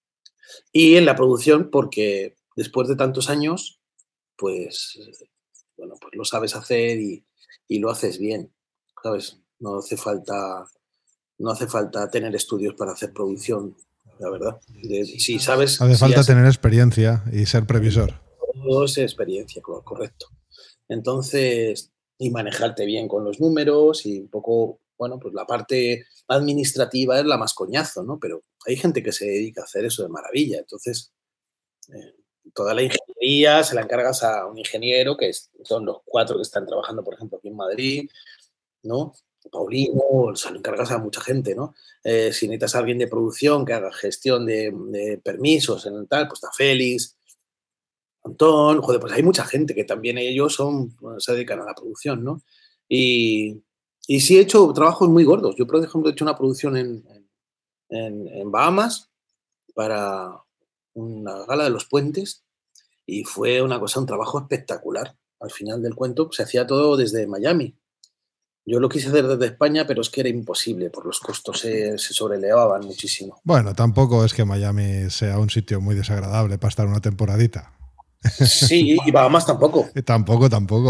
y en la producción, porque después de tantos años, pues, bueno, pues lo sabes hacer y lo haces bien, ¿sabes? No hace falta tener estudios para hacer producción, la verdad. Si sabes... Hace falta tener experiencia y ser previsor. Todo es experiencia, correcto. Entonces, y manejarte bien con los números y un poco, bueno, pues la parte administrativa es la más coñazo, ¿no? Pero hay gente que se dedica a hacer eso de maravilla. Entonces, toda la ingeniería se la encargas a un ingeniero, son los 4 que están trabajando, por ejemplo, aquí en Madrid, ¿no? Paulino, se lo encargas a mucha gente, ¿no? Si necesitas a alguien de producción que haga gestión de permisos en el tal, pues está Félix, Antón, joder, pues hay mucha gente que también ellos se dedican a la producción, ¿no? Y sí he hecho trabajos muy gordos. Yo, por ejemplo, he hecho una producción en Bahamas para una gala de los puentes y fue una cosa, un trabajo espectacular. Al final del cuento se hacía todo desde Miami. Yo lo quise hacer desde España, pero es que era imposible, por los costos se sobrelevaban muchísimo. Bueno, tampoco es que Miami sea un sitio muy desagradable para estar una temporadita. Sí, y Bahamas tampoco. Tampoco.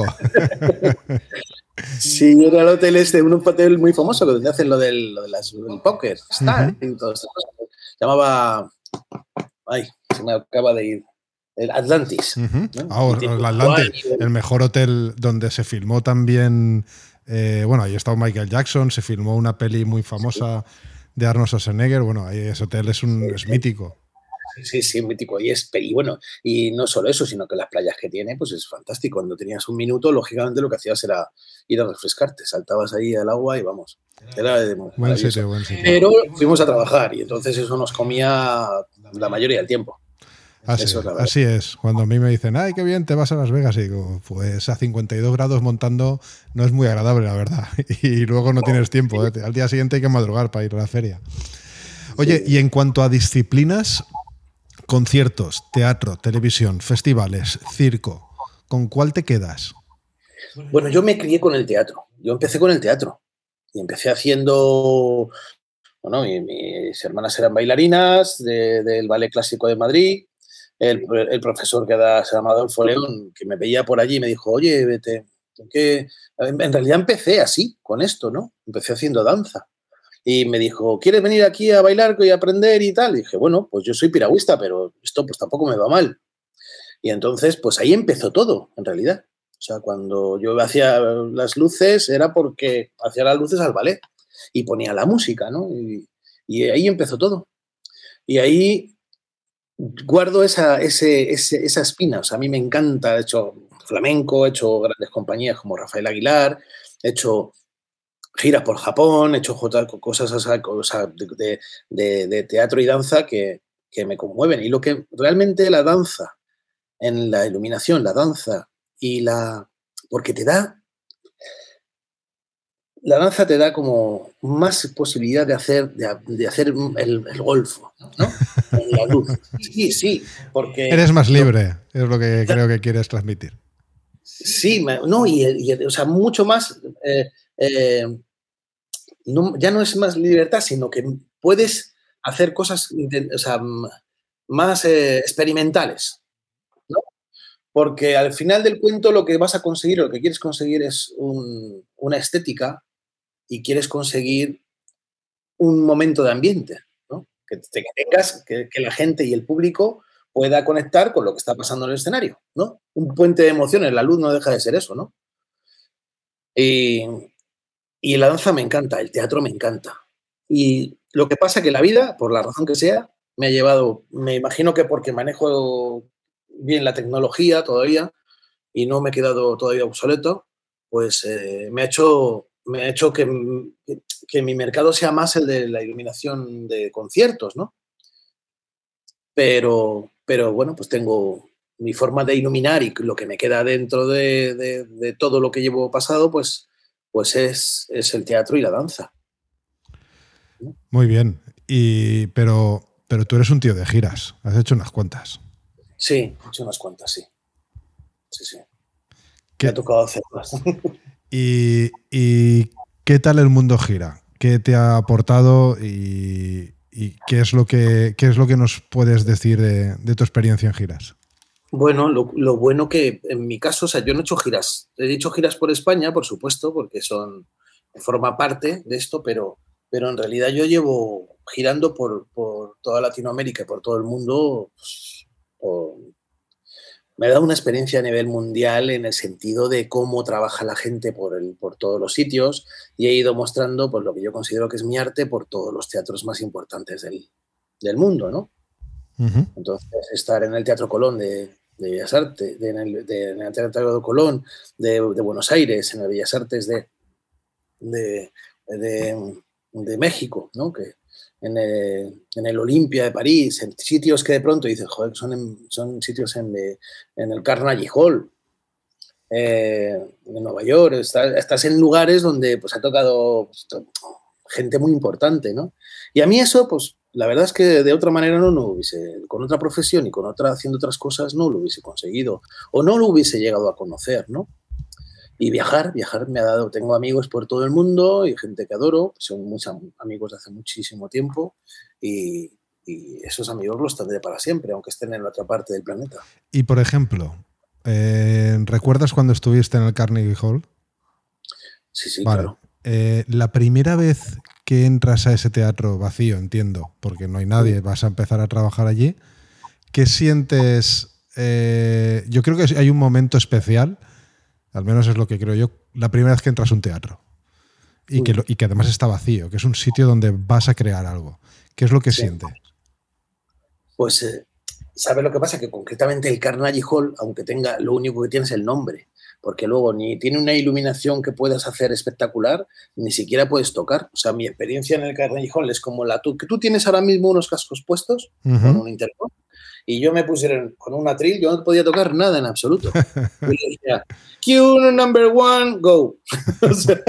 Sí, era el hotel un hotel muy famoso donde hacen lo del póker, Star, y todo esto. Se llamaba... Ay, se me acaba de ir. El Atlantis. ¿No? El Atlantis, el mejor hotel donde se filmó también... bueno, ahí estaba Michael Jackson, se filmó una peli muy famosa de Arnold Schwarzenegger. Bueno, ahí ese hotel es mítico. Sí, mítico. Y bueno, y no solo eso, sino que las playas que tiene, pues es fantástico. Cuando tenías un minuto, lógicamente lo que hacías era ir a refrescarte. Saltabas ahí al agua y vamos. Era buen sitio. Pero fuimos a trabajar y entonces eso nos comía la mayoría del tiempo. Así es. Cuando a mí me dicen, ay, qué bien, te vas a Las Vegas, y digo, pues a 52 grados montando no es muy agradable, la verdad. Y luego no tienes tiempo, ¿eh? Al día siguiente hay que madrugar para ir a la feria. Oye, y en cuanto a disciplinas, conciertos, teatro, televisión, festivales, circo, ¿con cuál te quedas? Bueno, yo me crié con el teatro. Yo empecé con el teatro y empecé haciendo... Bueno, mis hermanas eran bailarinas del Ballet Clásico de Madrid. El profesor se llama Adolfo León, que me veía por allí y me dijo, oye, vete, que en realidad empecé así, con esto, ¿no? Empecé haciendo danza. Y me dijo, ¿quieres venir aquí a bailar y aprender y tal? Y dije, bueno, pues yo soy piragüista, pero esto pues tampoco me va mal. Y entonces, pues ahí empezó todo, en realidad. O sea, cuando yo hacía las luces era porque hacía las luces al ballet y ponía la música, ¿no? Y ahí empezó todo. Y ahí guardo esa espina. O sea, a mí me encanta, he hecho flamenco, he hecho grandes compañías como Rafael Aguilar, he hecho giras por Japón, he hecho cosas de teatro y danza que me conmueven. Y lo que realmente la danza en la iluminación, la danza y porque la danza te da como más posibilidad de hacer el golfo, ¿no? En la luz. Sí, porque... Eres más libre, es lo que creo que quieres transmitir. Sí, no, o sea, mucho más... ya no es más libertad, sino que puedes hacer cosas, o sea, más experimentales, ¿no? Porque al final del cuento lo que vas a conseguir, lo que quieres conseguir es una estética y quieres conseguir un momento de ambiente, ¿no? Que tengas, que la gente y el público pueda conectar con lo que está pasando en el escenario, ¿no? Un puente de emociones, la luz no deja de ser eso, ¿no? Y la danza me encanta, el teatro me encanta. Y lo que pasa es que la vida, por la razón que sea, me ha llevado, me imagino que porque manejo bien la tecnología todavía y no me he quedado todavía obsoleto, pues me ha hecho que mi mercado sea más el de la iluminación de conciertos, ¿no? Pero bueno, pues tengo mi forma de iluminar y lo que me queda dentro de todo lo que llevo pasado, pues es el teatro y la danza. Muy bien. Pero tú eres un tío de giras. Has hecho unas cuantas. Sí, he hecho unas cuantas, sí. Sí. Me ha tocado hacerlas. ¿Y qué tal el mundo gira? ¿Qué te ha aportado y qué es lo que nos puedes decir de tu experiencia en giras? Bueno, lo bueno que en mi caso, o sea, yo no he hecho giras. He hecho giras por España, por supuesto, porque forma parte de esto, pero en realidad yo llevo girando por toda Latinoamérica y por todo el mundo. Me ha dado una experiencia a nivel mundial en el sentido de cómo trabaja la gente por todos los sitios y he ido mostrando pues, lo que yo considero que es mi arte por todos los teatros más importantes del mundo, ¿no? Uh-huh. Entonces, estar en el Teatro Colón de Bellas Artes, en el Teatro de Colón de Buenos Aires, en el Bellas Artes de México, ¿no? Que en el Olimpia de París, en sitios que de pronto dices, joder, son sitios en el Carnegie Hall, en Nueva York, estás en lugares donde pues, ha tocado gente muy importante, ¿no? Y a mí eso, pues, la verdad es que de otra manera no lo hubiese, con otra profesión y haciendo otras cosas no lo hubiese conseguido o no lo hubiese llegado a conocer, ¿no? Y viajar me ha dado, tengo amigos por todo el mundo y gente que adoro, son muchos amigos de hace muchísimo tiempo y esos amigos los tendré para siempre, aunque estén en la otra parte del planeta. Y por ejemplo, ¿recuerdas cuando estuviste en el Carnegie Hall? Sí, vale. Claro. La primera vez que entras a ese teatro vacío, entiendo, porque no hay nadie, vas a empezar a trabajar allí, ¿qué sientes? Yo creo que hay un momento especial, al menos es lo que creo yo, la primera vez que entras a un teatro y que además está vacío, que es un sitio donde vas a crear algo. ¿Qué es lo que sientes? Pues, ¿sabes lo que pasa? Que concretamente el Carnegie Hall, aunque tenga, lo único que tiene es el nombre, porque luego ni tiene una iluminación que puedas hacer espectacular, ni siquiera puedes tocar. O sea, mi experiencia en el Carnegie Hall es como que tú tienes ahora mismo unos cascos puestos con un intercom y yo me pusieron con un atril, yo no podía tocar nada en absoluto. Y le decía, Cue number 1, go. O sea,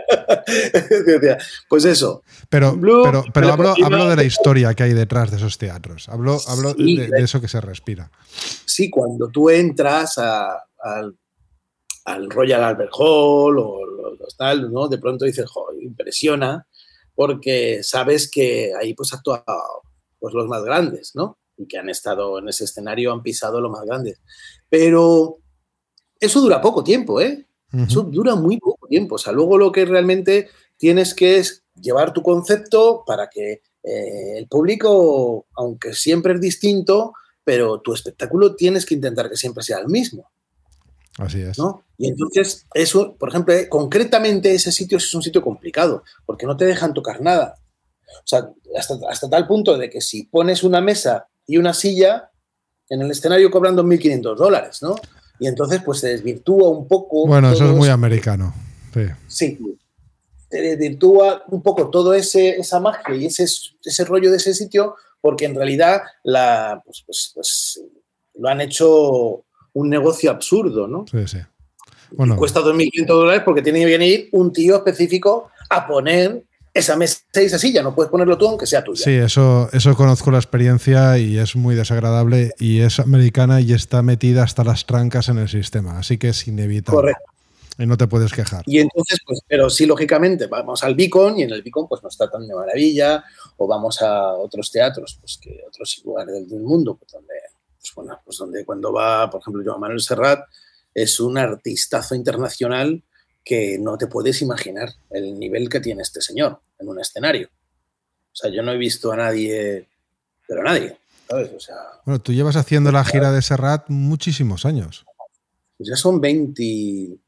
decía, pues eso. Pero hablo de la historia que hay detrás de esos teatros. Hablo sí, de eso que se respira. Sí, cuando tú entras al Royal Albert Hall o tal, ¿no? De pronto dices, joder, impresiona, porque sabes que ahí pues actúan pues, los más grandes, ¿no? Y que han estado en ese escenario, han pisado los más grandes. Pero eso dura poco tiempo, ¿eh? Uh-huh. Eso dura muy poco tiempo. O sea, luego lo que realmente tienes que es llevar tu concepto para que el público, aunque siempre es distinto, pero tu espectáculo tienes que intentar que siempre sea el mismo. Así es. ¿No? Y entonces, eso, por ejemplo, concretamente ese sitio es un sitio complicado, porque no te dejan tocar nada. O sea, hasta tal punto de que si pones una mesa y una silla en el escenario cobran $2.500, ¿no? Y entonces, pues se desvirtúa un poco. Bueno, eso es muy americano. Sí. Se desvirtúa un poco todo esa magia y ese rollo de ese sitio, porque en realidad pues lo han hecho un negocio absurdo, ¿no? Sí, sí. Bueno, y cuesta $2.500 porque tiene que venir un tío específico a poner esa mesa y esa silla. No puedes ponerlo tú aunque sea tuya. Sí, eso conozco la experiencia y es muy desagradable y es americana y está metida hasta las trancas en el sistema, así que es inevitable. Correcto. Y no te puedes quejar. Y entonces, pues, pero sí, lógicamente, vamos al Beacon y en el Beacon pues nos tratan de maravilla, o vamos a otros teatros, pues que otros lugares del mundo, pues donde cuando va, por ejemplo, Joan Manuel Serrat, es un artistazo internacional que no te puedes imaginar el nivel que tiene este señor en un escenario. O sea, yo no he visto a nadie, pero a nadie, ¿sabes? O sea, bueno, tú llevas haciendo la gira de Serrat muchísimos años. Pues ya son 20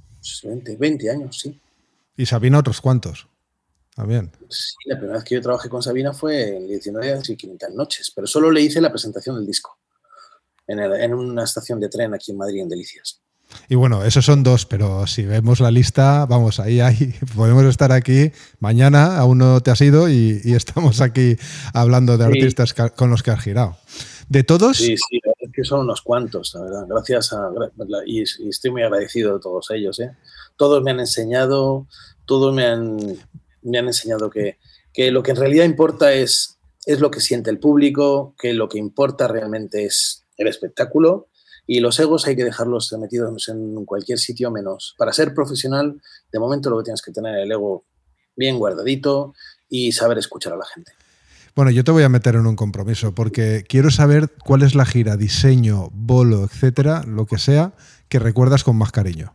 años, sí. Y Sabina otros cuantos, también. Sí, la primera vez que yo trabajé con Sabina fue en 19 días y 500 noches, pero solo le hice la presentación del disco en una estación de tren aquí en Madrid, en Delicias. Y bueno, esos son 2, pero si vemos la lista, vamos, ahí podemos estar aquí mañana, aún no te has ido y estamos aquí hablando de artistas con los que has girado. De todos... Sí, es que son unos cuantos, la verdad. Gracias y estoy muy agradecido de todos ellos, ¿eh? Todos me han enseñado, me han enseñado que lo que en realidad importa es lo que siente el público, que lo que importa realmente es el espectáculo. Y los egos hay que dejarlos metidos en cualquier sitio menos. Para ser profesional, de momento lo que tienes que tener es el ego bien guardadito y saber escuchar a la gente. Bueno, yo te voy a meter en un compromiso porque quiero saber cuál es la gira, diseño, bolo, etcétera, lo que sea, que recuerdas con más cariño.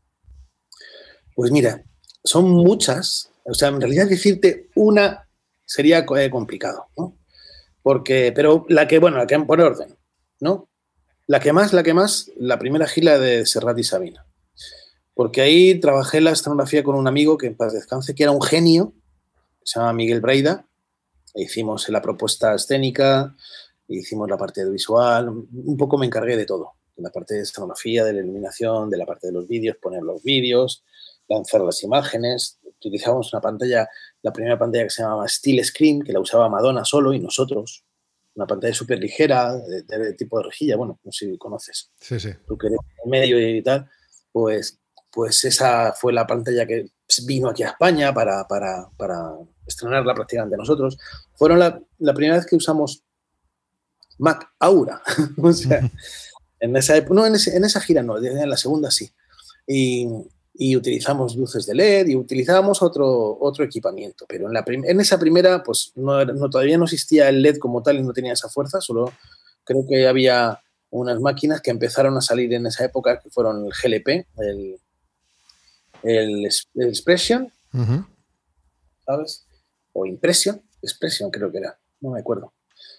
Pues mira, son muchas. O sea, en realidad decirte una sería complicado, ¿no? Pero la que por orden, ¿no? La que más, la primera gira de Serrat y Sabina. Porque ahí trabajé la escenografía con un amigo que en paz descanse, que era un genio, se llama Miguel Breida. Hicimos la propuesta escénica, hicimos la parte de visual, un poco me encargué de todo. De la parte de escenografía, de la iluminación, de la parte de los vídeos, poner los vídeos, lanzar las imágenes. Utilizábamos una pantalla, la primera pantalla que se llamaba Steel Screen, que la usaba Madonna solo y nosotros. Una pantalla súper ligera, de tipo de rejilla, bueno, no sé si conoces. Sí, sí. Tú que eres en medio y tal, pues esa fue la pantalla que vino aquí a España para estrenarla prácticamente nosotros. Fueron la primera vez que usamos Mac Aura. O sea, en esa gira no, en la segunda sí. Y utilizamos luces de LED y utilizábamos otro equipamiento, pero en esa primera pues todavía no existía el LED como tal y no tenía esa fuerza, solo creo que había unas máquinas que empezaron a salir en esa época que fueron el GLP, el Expression, ¿sabes? O Expression creo que era, no me acuerdo.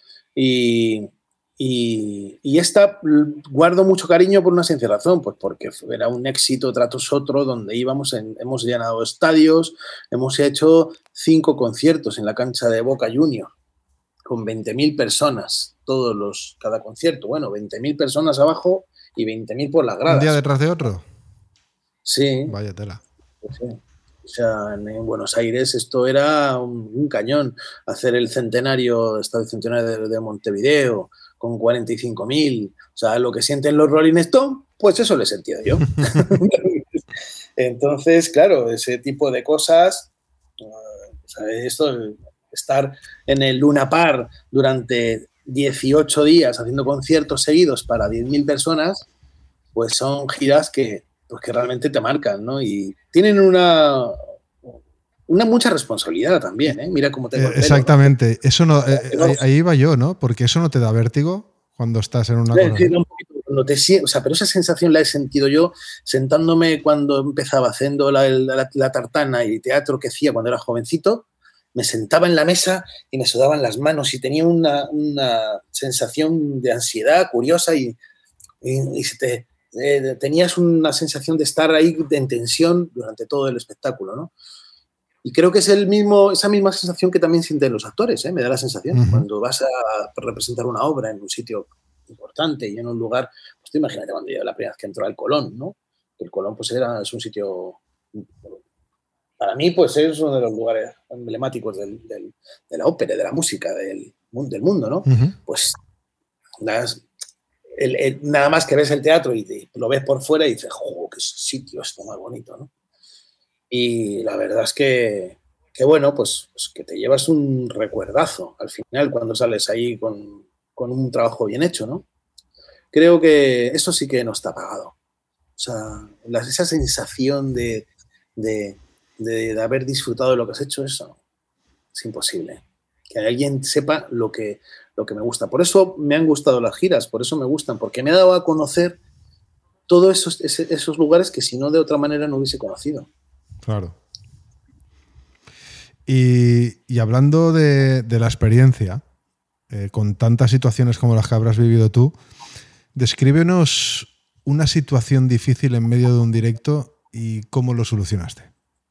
Y esta guardo mucho cariño por una sencilla razón, pues porque era un éxito tras otro, donde hemos llenado estadios, hemos hecho 5 conciertos en la cancha de Boca Juniors, con 20.000 personas, cada concierto. Bueno, 20.000 personas abajo y 20.000 por las gradas. ¿Un día detrás de otro? Sí. Vaya tela. Sí. O sea, en Buenos Aires esto era un cañón. Hacer el estadio centenario de Montevideo con 45.000. O sea, lo que sienten los Rolling Stones, pues eso lo he sentido yo. Entonces, claro, ese tipo de cosas, o sea, estar en el Luna Park durante 18 días haciendo conciertos seguidos para 10.000 personas, pues son giras que realmente te marcan, ¿no? Y tienen una mucha responsabilidad también, ¿eh? Mira cómo te exactamente. ¿No? Eso no, ahí iba yo, ¿no? Porque eso no te da vértigo cuando estás en una cosa. O sea, pero esa sensación la he sentido yo sentándome cuando empezaba haciendo la tartana y teatro que hacía cuando era jovencito. Me sentaba en la mesa y me sudaban las manos y tenía una sensación de ansiedad curiosa y tenías una sensación de estar ahí en tensión durante todo el espectáculo, ¿no? Y creo que es esa misma sensación que también sienten los actores, ¿eh? Me da la sensación. Cuando vas a representar una obra en un sitio importante y en un lugar, pues tú imagínate cuando yo la primera vez que entró al Colón, ¿no? El Colón pues es un sitio, para mí pues es uno de los lugares emblemáticos de la ópera, de la música, del mundo, ¿no? Pues nada más que ves el teatro y lo ves por fuera y dices, ¡jo, qué sitio esto más bonito!, ¿no? Y la verdad es que bueno, pues que te llevas un recuerdazo al final cuando sales ahí con un trabajo bien hecho, ¿no? Creo que eso sí que no está pagado. O sea, esa sensación de haber disfrutado de lo que has hecho, eso es imposible. Que alguien sepa lo que me gusta. Por eso me han gustado las giras, por eso me gustan, porque me ha dado a conocer todos esos lugares que si no de otra manera no hubiese conocido. Claro. Y hablando de la experiencia, con tantas situaciones como las que habrás vivido tú, descríbenos una situación difícil en medio de un directo y cómo lo solucionaste.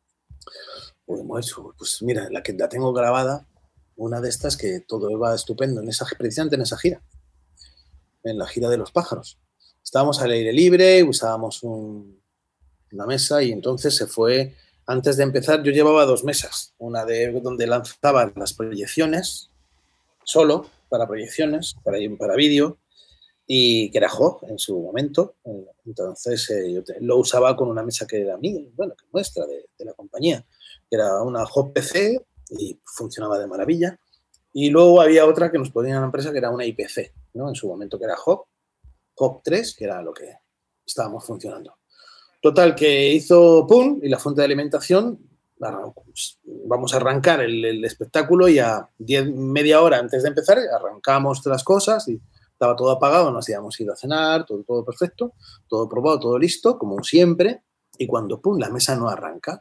Pues mira, la tengo grabada, una de estas que todo iba estupendo, precisamente en esa gira, en la gira de los pájaros. Estábamos al aire libre, usábamos una mesa y entonces se fue, antes de empezar yo llevaba 2 mesas, una donde lanzaba las proyecciones, solo para proyecciones, para vídeo, y que era Hop en su momento. Entonces yo lo usaba con una mesa que era mía, bueno, que nuestra, de la compañía, que era una Hop PC y funcionaba de maravilla. Y luego había otra que nos ponía en la empresa que era una IPC, ¿no? En su momento, que era Hop 3, que era lo que estábamos funcionando. Total, que hizo pum y la fuente de alimentación, vamos a arrancar el espectáculo y a media hora antes de empezar arrancamos las cosas y estaba todo apagado, nos habíamos ido a cenar, todo perfecto, todo probado, todo listo, como siempre, y cuando pum, la mesa no arranca,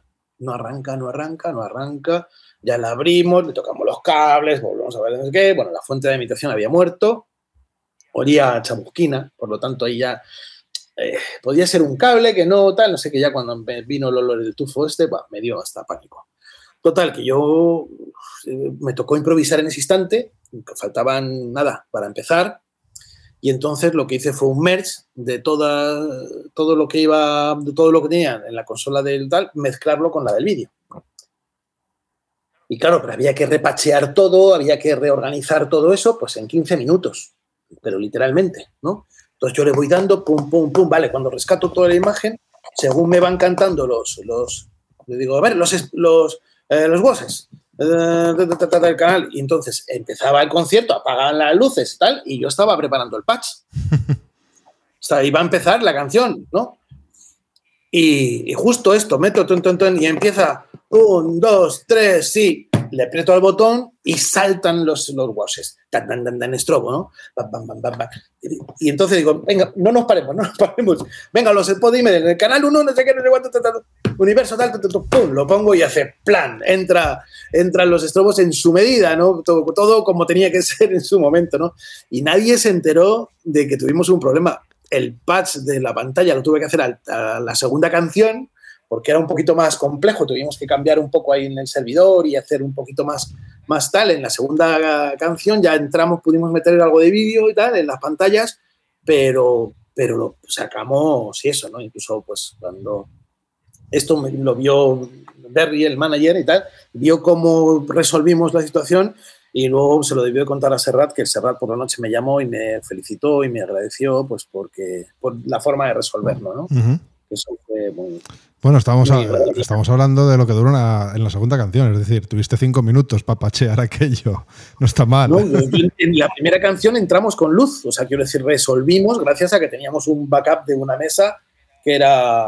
ya la abrimos, le tocamos los cables, volvemos a ver qué, bueno, la fuente de alimentación había muerto, olía a chamusquina, por lo tanto ahí ya podía ser un cable que no tal, no sé, que ya cuando vino el olor del tufo me dio hasta pánico. Total, que yo me tocó improvisar en ese instante, faltaban nada para empezar, y entonces lo que hice fue un merge de todo lo que tenía en la consola del tal, mezclarlo con la del vídeo. Y claro, pero había que repachear todo, había que reorganizar todo eso, pues en 15 minutos, pero literalmente, ¿no? Entonces yo le voy dando pum, pum, pum, vale, cuando rescato toda la imagen, según me van cantando le digo, a ver, los voces del canal, y entonces empezaba el concierto, apagaban las luces y tal, y yo estaba preparando el patch. O sea, iba a empezar la canción, ¿no? Y justo esto, meto y empieza 1, 2, 3, sí, le aprieto al botón y saltan los voces, tan estrobo, ¿no? Bam, bam, bam, bam, bam. Y entonces digo, venga, no nos paremos, venga, los Spotify del canal 1, no sé qué, no sé cuánto, universo tal, pum, lo pongo y hace plan, entran los estrobos en su medida, ¿no? Todo como tenía que ser en su momento, ¿no? Y nadie se enteró de que tuvimos un problema. El patch de la pantalla lo tuve que hacer a la segunda canción porque era un poquito más complejo, tuvimos que cambiar un poco ahí en el servidor y hacer un poquito más tal. En la segunda canción ya pudimos meter algo de vídeo y tal en las pantallas, pero lo sacamos y eso, ¿no? Incluso pues cuando esto lo vio Berry, el manager y tal, vio cómo resolvimos la situación y luego se lo debió de contar a Serrat, que el Serrat por la noche me llamó y me felicitó y me agradeció pues por la forma de resolverlo, ¿no? Uh-huh. Eso fue muy... Bueno, estamos hablando de lo que dura en la segunda canción, es decir, tuviste 5 minutos para pachear aquello, no está mal. No, en la primera canción entramos con luz, o sea, quiero decir, resolvimos gracias a que teníamos un backup de una mesa que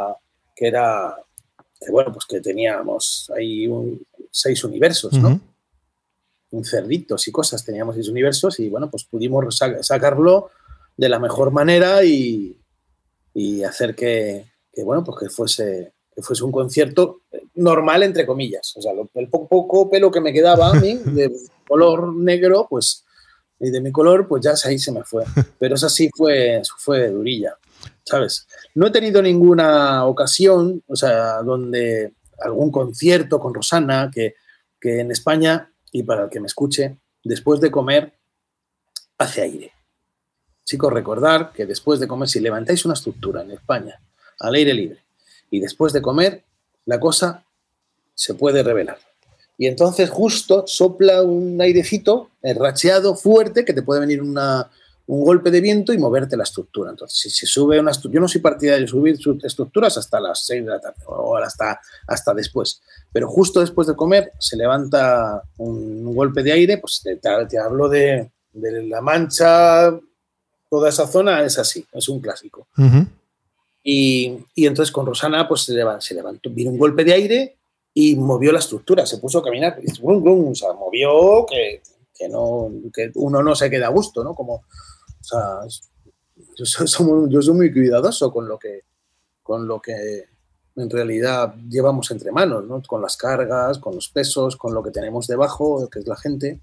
bueno, pues que teníamos ahí 6 universos, ¿no? Uh-huh. Un cerditos y cosas, teníamos 6 universos y bueno, pues pudimos sacarlo de la mejor manera y hacer que bueno, pues que fuese un concierto normal, entre comillas. O sea, el poco pelo que me quedaba a mí, de color negro, pues, y de mi color, pues ya ahí se me fue. Pero esa sí fue durilla, ¿sabes? No he tenido ninguna ocasión, o sea, donde algún concierto con Rosana, que en España, y para el que me escuche, después de comer, hace aire. Chicos, recordar que después de comer, si levantáis una estructura en España, al aire libre, y después de comer, la cosa se puede revelar. Y entonces justo sopla un airecito racheado fuerte, que te puede venir un golpe de viento y moverte la estructura. Entonces, si se sube una estructura, yo no soy partidario de subir estructuras hasta las 6 de la tarde o hasta después, pero justo después de comer se levanta un golpe de aire, pues te hablo de La Mancha, toda esa zona es así, es un clásico. Uh-huh. Y entonces con Rosana pues se levantó, vino un golpe de aire y movió la estructura, se puso a caminar, o sea, movió que uno no se queda a gusto, ¿no? Como, o sea, yo soy muy cuidadoso con lo que en realidad llevamos entre manos, ¿no? Con las cargas, con los pesos, con lo que tenemos debajo, que es la gente.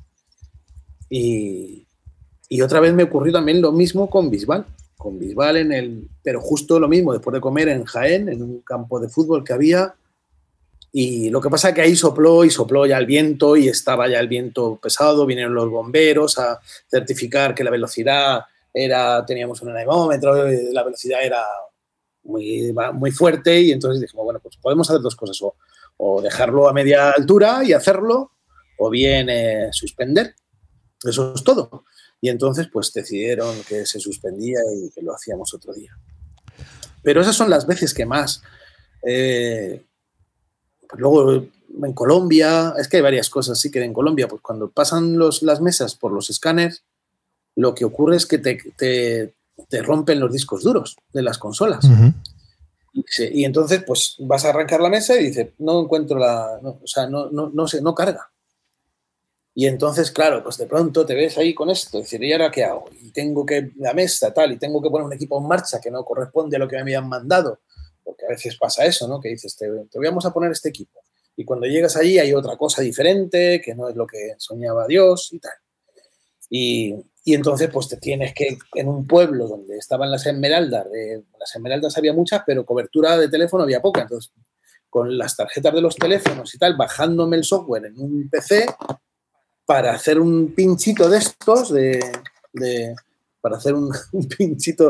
Y otra vez me ocurrió también lo mismo con Bisbal. Con Bisbal pero justo lo mismo, después de comer en Jaén, en un campo de fútbol que había. Y lo que pasa es que ahí sopló ya el viento y estaba ya el viento pesado, vinieron los bomberos a certificar que la velocidad teníamos un anemómetro, la velocidad era muy fuerte y entonces dijimos, bueno, pues podemos hacer dos cosas, o dejarlo a media altura y hacerlo, o bien suspender, eso es todo. Y entonces pues decidieron que se suspendía y que lo hacíamos otro día. Pero esas son las veces que más... Pues luego en Colombia, es que hay varias cosas, sí que en Colombia, pues cuando pasan las mesas por los escáneres, lo que ocurre es que te rompen los discos duros de las consolas. Uh-huh. Y entonces, pues vas a arrancar la mesa y dices, no encuentro no carga. Y entonces, claro, pues de pronto te ves ahí con esto, y decir, ¿y ahora qué hago? Y tengo que la mesa tal, y tengo que poner un equipo en marcha que no corresponde a lo que me habían mandado. Porque a veces pasa eso, ¿no? Que dices, te vamos a poner este equipo. Y cuando llegas allí hay otra cosa diferente, que no es lo que soñaba Dios y tal. Y entonces, pues te tienes que, en un pueblo donde estaban las esmeraldas había muchas, pero cobertura de teléfono había poca. Entonces, con las tarjetas de los teléfonos y tal, bajándome el software en un PC para hacer un pinchito de estos, para hacer un pinchito...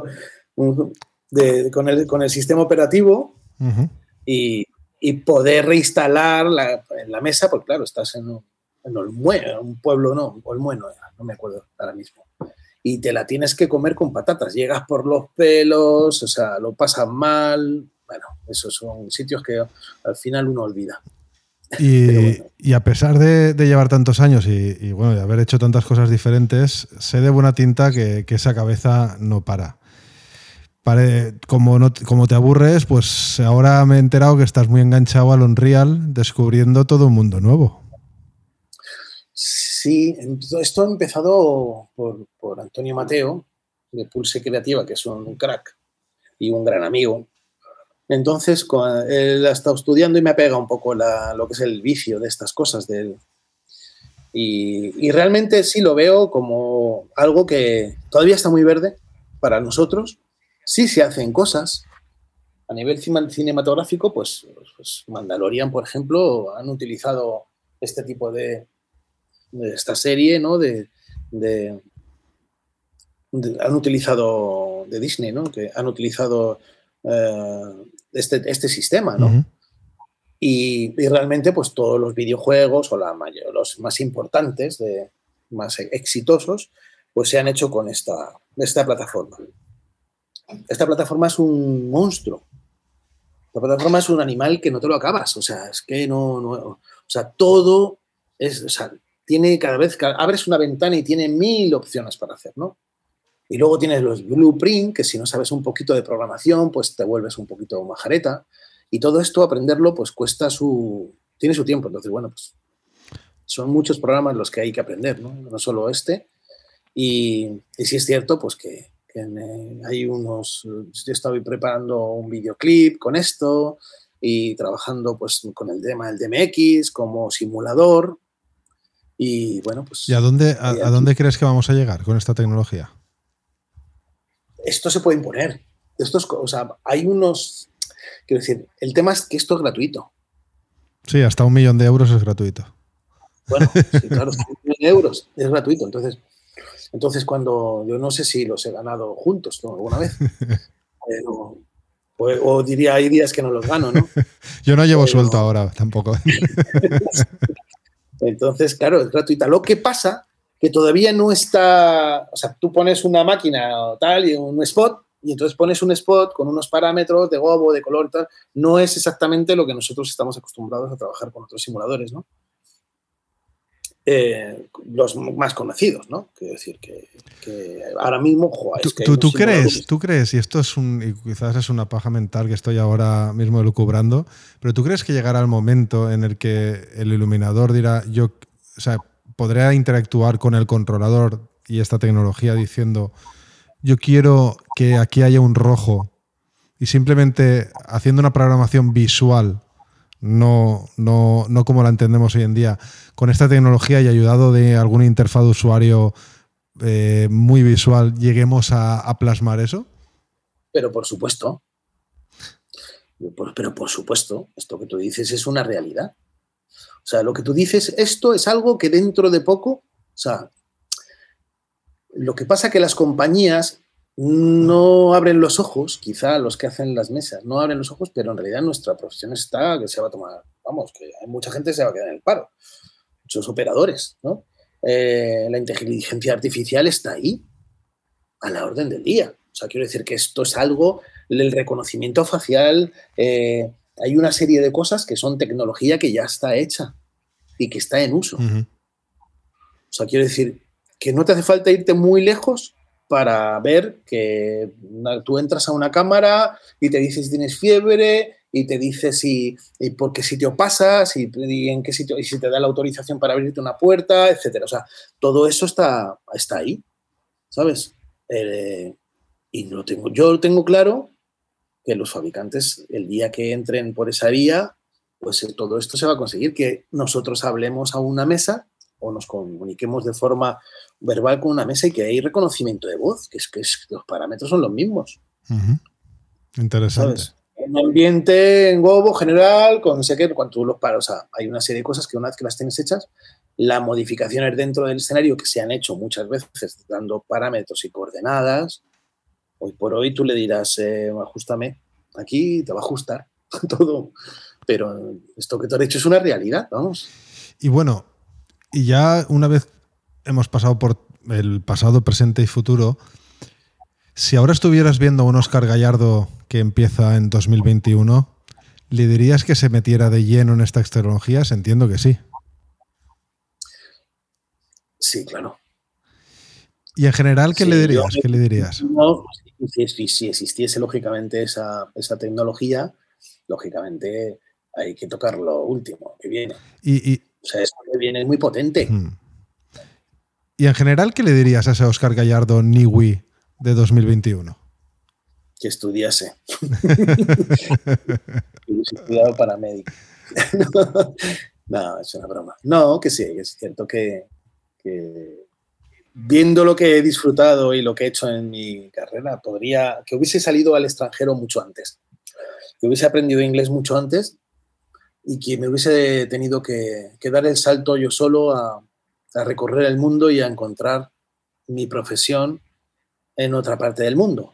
con el sistema operativo. Uh-huh. y poder reinstalar la mesa, porque claro, estás en Olmué, un pueblo, Olmué no me acuerdo ahora mismo, y te la tienes que comer con patatas, llegas por los pelos, o sea, lo pasas mal, bueno, esos son sitios que al final uno olvida. Y a pesar de llevar tantos años y bueno, de haber hecho tantas cosas diferentes, sé de buena tinta que esa cabeza no para. Como te aburres, pues ahora me he enterado que estás muy enganchado al Unreal, descubriendo todo un mundo nuevo. Sí, esto ha empezado por Antonio Mateo, de Pulse Creativa, que es un crack y un gran amigo. Entonces, él ha estado estudiando y me ha pegado un poco lo que es el vicio de estas cosas. Y realmente sí lo veo como algo que todavía está muy verde para nosotros. Sí se hacen cosas. A nivel cinematográfico, pues Mandalorian, por ejemplo, han utilizado este tipo de esta serie, ¿no? Han utilizado de Disney, ¿no? Que han utilizado este sistema, ¿no? Uh-huh. Y realmente, pues todos los videojuegos o los más importantes, más exitosos, pues se han hecho con esta plataforma. Esta plataforma es un monstruo. La plataforma es un animal que no te lo acabas. O sea, es que o sea, todo es... O sea, tiene cada vez... Abres una ventana y tiene 1000 opciones para hacer, ¿no? Y luego tienes los blueprint, que si no sabes un poquito de programación, pues te vuelves un poquito majareta. Y todo esto, aprenderlo, pues tiene su tiempo. Entonces, bueno, pues son muchos programas los que hay que aprender, ¿no? No solo este. Y sí es cierto, pues que hay unos... Yo estoy preparando un videoclip con esto y trabajando pues con el tema del DMX como simulador. Y bueno, pues... ¿Y a dónde crees que vamos a llegar con esta tecnología? Esto se puede imponer. O sea, hay unos... Quiero decir, el tema es que esto es gratuito. Sí, hasta 1 millón de euros es gratuito. Bueno, sí, claro, 1 millón de euros es gratuito. Entonces, cuando yo no sé si los he ganado juntos, ¿no? Alguna vez, pero, o diría, hay días que no los gano, ¿no? Yo no llevo suelto ahora tampoco. Entonces, claro, es gratuita. Lo que pasa que todavía no está, o sea, tú pones una máquina o tal y un spot, y entonces pones un spot con unos parámetros de gobo, de color y tal, no es exactamente lo que nosotros estamos acostumbrados a trabajar con otros simuladores, ¿no? Los más conocidos, ¿no? Quiero decir que ahora mismo, joder, es que ¿Tú crees, y esto es y quizás es una paja mental que estoy ahora mismo elucubrando, pero tú crees que llegará el momento en el que el iluminador dirá, o sea, podrá interactuar con el controlador y esta tecnología diciendo, yo quiero que aquí haya un rojo, y simplemente haciendo una programación visual, no como la entendemos hoy en día, con esta tecnología y ayudado de alguna interfaz de usuario muy visual, lleguemos a plasmar eso? Pero por supuesto, esto que tú dices es una realidad. O sea, lo que tú dices, esto es algo que dentro de poco, o sea, lo que pasa es que las compañías no abren los ojos, quizá los que hacen las mesas no abren los ojos, pero en realidad nuestra profesión está que se va a tomar, vamos, que hay mucha gente que se va a quedar en el paro, muchos operadores, ¿no? La inteligencia artificial está ahí, a la orden del día. O sea, quiero decir que esto es algo, el reconocimiento facial, hay una serie de cosas que son tecnología que ya está hecha y que está en uso. Uh-huh. O sea, quiero decir que no te hace falta irte muy lejos para ver que tú entras a una cámara y te dice si tienes fiebre y te dice por qué sitio pasas y en qué sitio, y si te da la autorización para abrirte una puerta, etcétera. O sea, todo eso está ahí, ¿sabes? Y yo lo tengo claro que los fabricantes, el día que entren por esa vía, pues todo esto se va a conseguir, que nosotros hablemos a una mesa o nos comuniquemos de forma verbal con una mesa y que hay reconocimiento de voz, que los parámetros son los mismos. Uh-huh. Interesante. ¿Sabes? En ambiente, en Gobo, general, con no sé qué, cuando tú los paras, o sea, hay una serie de cosas que una vez que las tienes hechas, las modificaciones dentro del escenario que se han hecho muchas veces dando parámetros y coordenadas, hoy por hoy tú le dirás, ajustame, aquí te va a ajustar todo, pero esto que te has dicho es una realidad, vamos. Y bueno, y ya una vez hemos pasado por el pasado, presente y futuro, si ahora estuvieras viendo a un Óscar Gallardo que empieza en 2021, ¿le dirías que se metiera de lleno en estas tecnologías? Entiendo que sí. Sí, claro. ¿Y en general qué le dirías? ¿Qué le dirías? No, si existiese lógicamente esa tecnología, lógicamente hay que tocar lo último que viene. O sea, esto que viene es muy potente. ¿Y en general qué le dirías a ese Óscar Gallardo Niwi de 2021? Que estudiase. Que hubiese estudiado paramédico. No, es una broma. No, que sí, es cierto que viendo lo que he disfrutado y lo que he hecho en mi carrera, que hubiese salido al extranjero mucho antes, que hubiese aprendido inglés mucho antes y que me hubiese tenido que dar el salto yo solo a recorrer el mundo y a encontrar mi profesión en otra parte del mundo.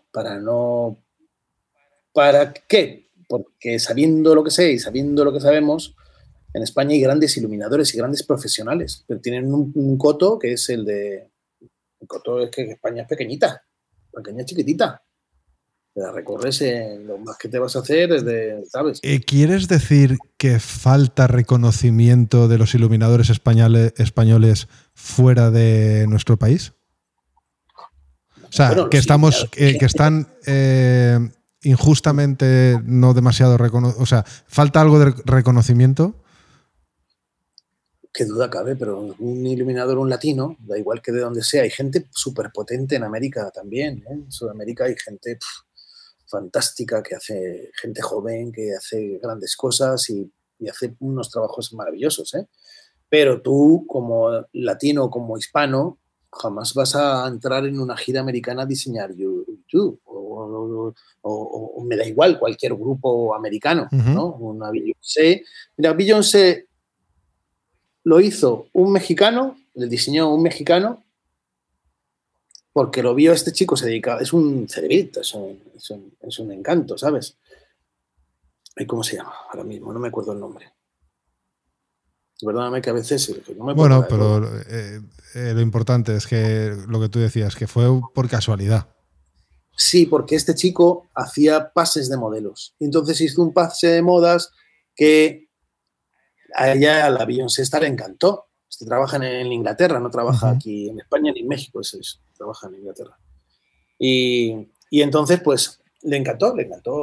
¿Para qué? Porque sabiendo lo que sé y sabiendo lo que sabemos, en España hay grandes iluminadores y grandes profesionales, pero tienen un coto que es el coto es que España es pequeñita, chiquitita. La recorres, lo más que te vas a hacer es ¿sabes? ¿Quieres decir que falta reconocimiento de los iluminadores españoles fuera de nuestro país? O sea, bueno, que están injustamente no demasiado reconocidos. O sea, ¿falta algo de reconocimiento? Qué duda cabe, pero un iluminador, un latino, da igual que de donde sea, hay gente súper potente en América también. En Sudamérica hay gente fantástica, gente joven que hace grandes cosas y hace unos trabajos maravillosos. Pero tú, como latino, como hispano, jamás vas a entrar en una gira americana a diseñar YouTube o me da igual cualquier grupo americano, ¿no? Una Beyoncé. Mira, Beyoncé lo hizo un mexicano, le diseñó un mexicano, porque lo vio este chico, se dedicaba, es un cerebrito, es un encanto, ¿sabes? ¿Y cómo se llama? Ahora mismo, no me acuerdo el nombre. Perdóname que a veces no me Bueno, puedo pero lo importante es que lo que tú decías, que fue por casualidad. Sí, porque este chico hacía pases de modelos. Entonces hizo un pase de modas que a ella, a la Beyoncé le encantó. Trabaja en Inglaterra, no trabaja aquí en España ni en México, trabaja en Inglaterra. Y entonces, pues, le encantó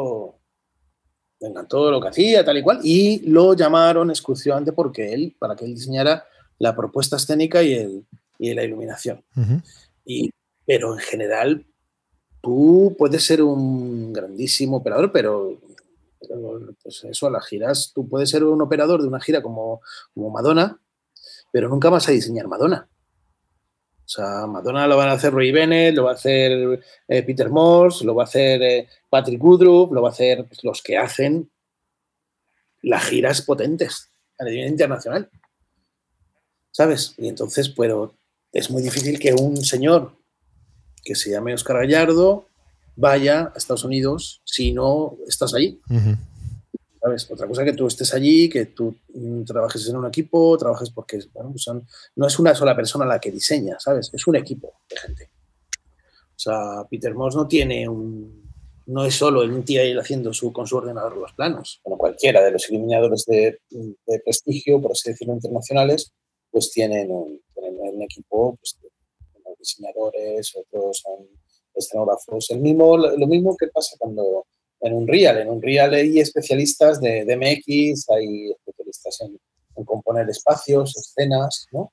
lo que hacía, tal y cual, y lo llamaron exclusivamente para que él diseñara la propuesta escénica y la iluminación. Pero en general, tú puedes ser un grandísimo operador, pero pues eso, las giras, tú puedes ser un operador de una gira como Madonna, pero nunca vas a diseñar Madonna. O sea, Madonna lo van a hacer Roy Bennett, lo va a hacer Peter Morse, lo va a hacer Patrick Woodruff, lo va a hacer los que hacen las giras potentes a nivel internacional. ¿Sabes? Y entonces, pero es muy difícil que un señor que se llame Óscar Gallardo vaya a Estados Unidos si no estás allí. ¿Sabes? Otra cosa que tú estés allí, que tú trabajes en un equipo, trabajes porque bueno, pues no es una sola persona la que diseña, ¿sabes? Es un equipo de gente. O sea, Peter Moss no es solo un tío ahí haciendo con su ordenador los planos. Bueno, cualquiera de los iluminadores de prestigio, por así decirlo, internacionales, pues tienen un equipo pues, de diseñadores, otros son escenógrafos. Lo mismo que pasa cuando en Unreal hay especialistas de MX, hay especialistas en componer espacios, escenas, ¿no?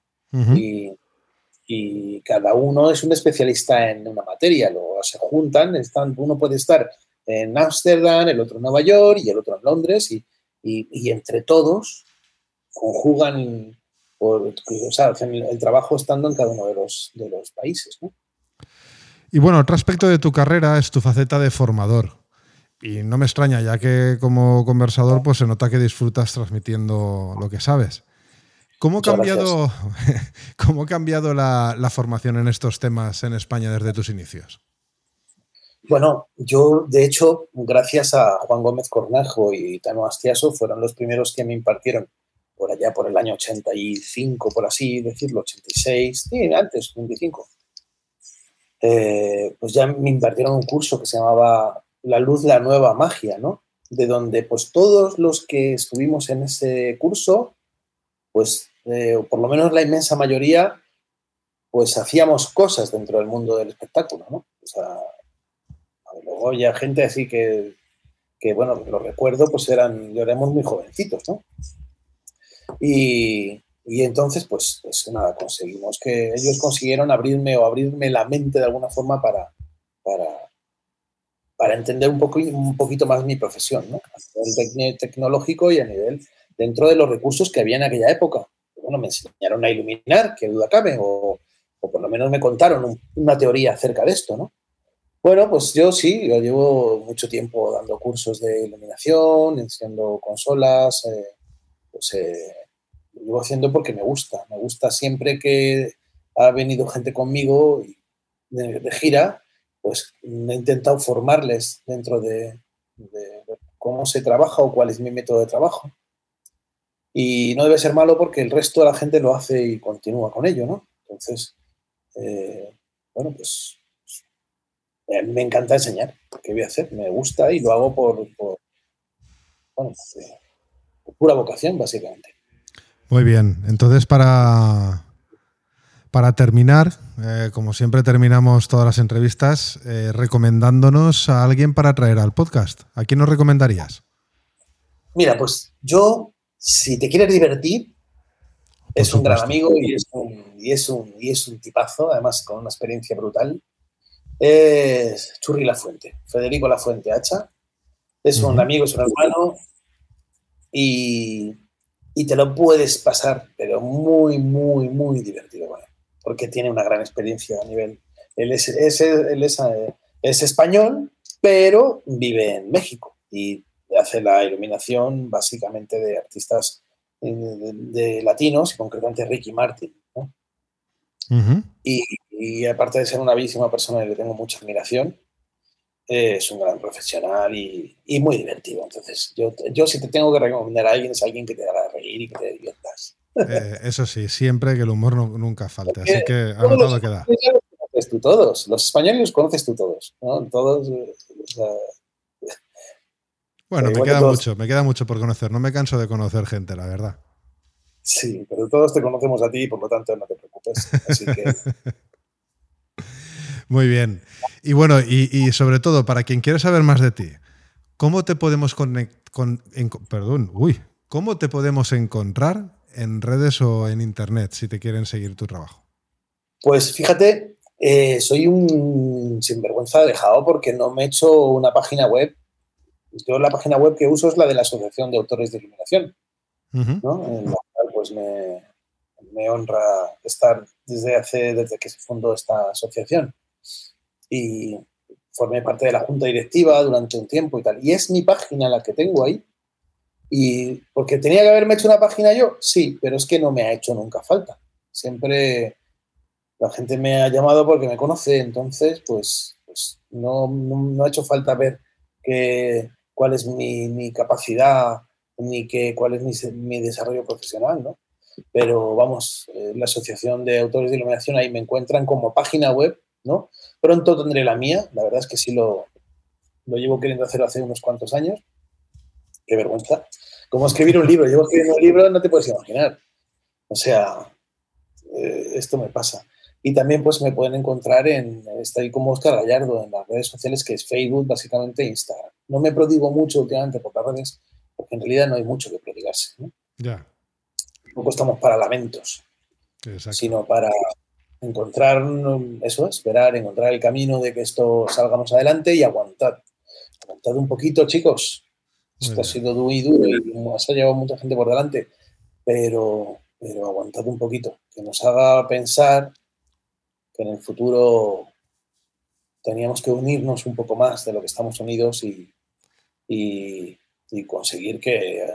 Y cada uno es un especialista en una materia, luego se juntan, uno puede estar en Ámsterdam, el otro en Nueva York y el otro en Londres, y entre todos conjugan, o sea, hacen el trabajo estando en cada uno de los países, ¿no? Y bueno, otro aspecto de tu carrera es tu faceta de formador. Y no me extraña, ya que como conversador pues se nota que disfrutas transmitiendo lo que sabes. ¿Cómo ha cambiado la formación en estos temas en España desde tus inicios? Bueno, yo, de hecho, gracias a Juan Gómez Cornejo y Tano Astiaso, fueron los primeros que me impartieron por allá por el año 85, por así decirlo, 86, sí, antes, 25. Pues ya me impartieron un curso que se llamaba La luz, la nueva magia, ¿no? De donde pues todos los que estuvimos en ese curso, pues por lo menos la inmensa mayoría, pues hacíamos cosas dentro del mundo del espectáculo, ¿no? O sea, luego ya gente así que bueno, lo recuerdo, pues éramos muy jovencitos, ¿no? Y entonces, pues nada, conseguimos que ellos consiguieron abrirme la mente de alguna forma para entender un poquito más mi profesión, ¿no? A nivel tecnológico y a nivel dentro de los recursos que había en aquella época. Bueno, me enseñaron a iluminar, qué duda cabe, o por lo menos me contaron una teoría acerca de esto, ¿no? Bueno, pues yo llevo mucho tiempo dando cursos de iluminación, enseñando consolas, lo llevo haciendo porque me gusta siempre que ha venido gente conmigo de gira, pues he intentado formarles dentro de cómo se trabaja o cuál es mi método de trabajo. Y no debe ser malo porque el resto de la gente lo hace y continúa con ello, ¿no? Entonces, bueno, pues a mí me encanta enseñar. ¿Qué voy a hacer? Me gusta y lo hago por pura vocación, básicamente. Muy bien. Entonces, para terminar, como siempre terminamos todas las entrevistas, recomendándonos a alguien para traer al podcast. ¿A quién nos recomendarías? Mira, pues yo, si te quieres divertir, es un gran amigo y es un tipazo, además con una experiencia brutal. Es Churri Lafuente, Federico Lafuente Hacha. Es un amigo, es un hermano y te lo puedes pasar, pero muy, muy, muy divertido con él, porque tiene una gran experiencia a nivel. Él es español, pero vive en México y hace la iluminación básicamente de artistas de latinos, y concretamente Ricky Martin, ¿no? Y aparte de ser una bellísima persona y le tengo mucha admiración, es un gran profesional y muy divertido. Entonces, yo si te tengo que recomendar a alguien, es alguien que te haga reír y que te diviertas. Eso sí, siempre que el humor nunca falte. Así que anotado queda. Los conoces tú todos. Los españoles los conoces tú todos, ¿no? Todos. Bueno, me queda mucho por conocer. No me canso de conocer gente, la verdad. Sí, pero todos te conocemos a ti y por lo tanto no te preocupes. Así que... Muy bien. Y bueno, y sobre todo, para quien quiere saber más de ti, ¿cómo te podemos ¿cómo te podemos encontrar en redes o en internet si te quieren seguir tu trabajo? Pues fíjate, soy un sinvergüenza dejado porque no me he hecho una página web. Yo la página web que uso es la de la Asociación de Autores de Iluminación, ¿no? En la cual pues me honra estar desde que se fundó esta asociación. Y formé parte de la junta directiva durante un tiempo y tal. Y es mi página la que tengo ahí. Y porque tenía que haberme hecho una página yo, sí, pero es que no me ha hecho nunca falta. Siempre la gente me ha llamado porque me conoce, entonces pues no ha hecho falta ver cuál es mi capacidad ni cuál es mi desarrollo profesional, ¿no? Pero vamos, la Asociación de Autores de Iluminación, ahí me encuentran como página web, ¿no? Pronto tendré la mía, la verdad es que sí lo llevo queriendo hacer hace unos cuantos años. Qué vergüenza. Como escribir un libro, llevo escribiendo un libro, no te puedes imaginar. O sea, esto me pasa. Y también pues me pueden encontrar estoy como Óscar Gallardo en las redes sociales, que es Facebook, básicamente, e Instagram. No me prodigo mucho últimamente por las redes, porque en realidad no hay mucho que prodigarse, ¿no? Ya. Tampoco estamos para lamentos, sino para encontrar, esperar, encontrar el camino de que esto salgamos adelante y aguantad. Aguantad un poquito, chicos. Esto ha sido muy duro y se ha llevado mucha gente por delante, pero aguantad un poquito, que nos haga pensar que en el futuro teníamos que unirnos un poco más de lo que estamos unidos y conseguir que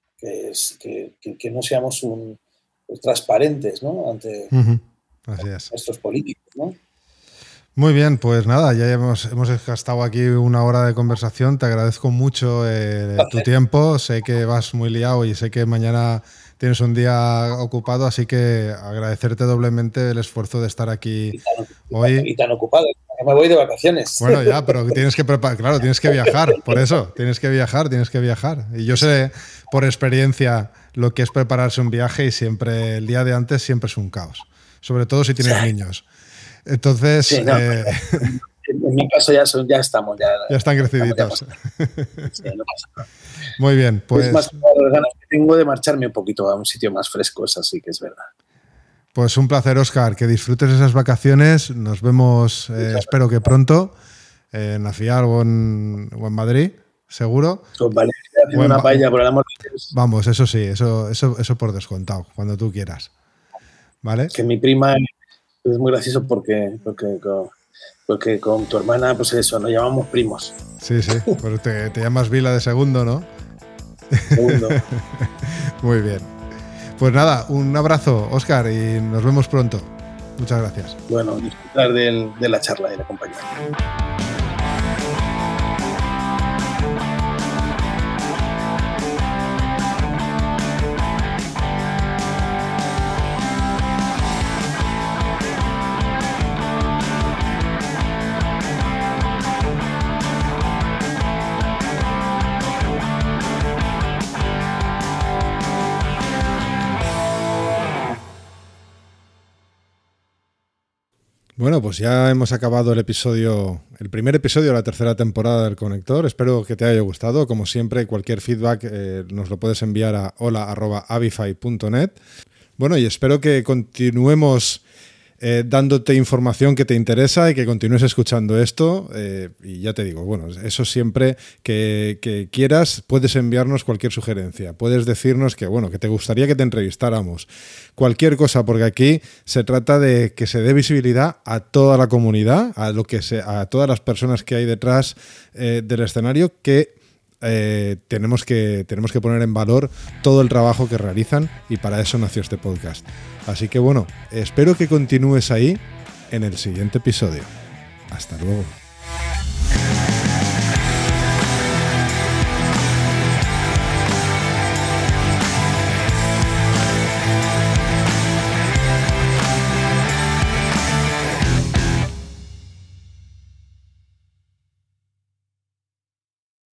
no seamos transparentes, ¿no? Ante estos políticos, ¿no? Muy bien, pues nada, ya hemos gastado aquí una hora de conversación. Te agradezco mucho tu tiempo. Sé que vas muy liado y sé que mañana tienes un día ocupado, así que agradecerte doblemente el esfuerzo de estar aquí hoy. Y tan ocupado, que me voy de vacaciones. Bueno, ya, pero tienes que preparar, tienes que viajar, por eso, tienes que viajar. Y yo sé por experiencia lo que es prepararse un viaje y siempre, el día de antes siempre es un caos, sobre todo si tienes niños. Entonces, sí, no, en mi caso ya estamos. Ya están creciditos. Sí, no pasa nada. Muy bien, pues... Es más las ganas que tengo de marcharme un poquito a un sitio más fresco, eso sí que es verdad. Pues un placer, Óscar, que disfrutes esas vacaciones. Nos vemos, espero que pronto, en Afial o en Madrid, seguro. Pues vale, haciendo una paella, por el amor de Dios. Vamos, eso sí, eso por descontado, cuando tú quieras. ¿Vale? Que mi prima... Es muy gracioso porque con tu hermana, pues eso, nos llamamos primos. Sí, pero te llamas Vila de segundo, ¿no? Segundo. Muy bien. Pues nada, un abrazo, Óscar, y nos vemos pronto. Muchas gracias. Bueno, disfrutar de la charla y de la compañía. Bueno, pues ya hemos acabado el primer episodio de la tercera temporada del Conector. Espero que te haya gustado. Como siempre, cualquier feedback nos lo puedes enviar a hola@avify.net. Bueno, y espero que continuemos dándote información que te interesa y que continúes escuchando esto. Y ya te digo, bueno, eso siempre que quieras, puedes enviarnos cualquier sugerencia. Puedes decirnos que te gustaría que te entrevistáramos. Cualquier cosa, porque aquí se trata de que se dé visibilidad a toda la comunidad, a todas las personas que hay detrás del escenario, que tenemos que poner en valor todo el trabajo que realizan, y para eso nació este podcast. Así que espero que continúes ahí en el siguiente episodio. Hasta luego.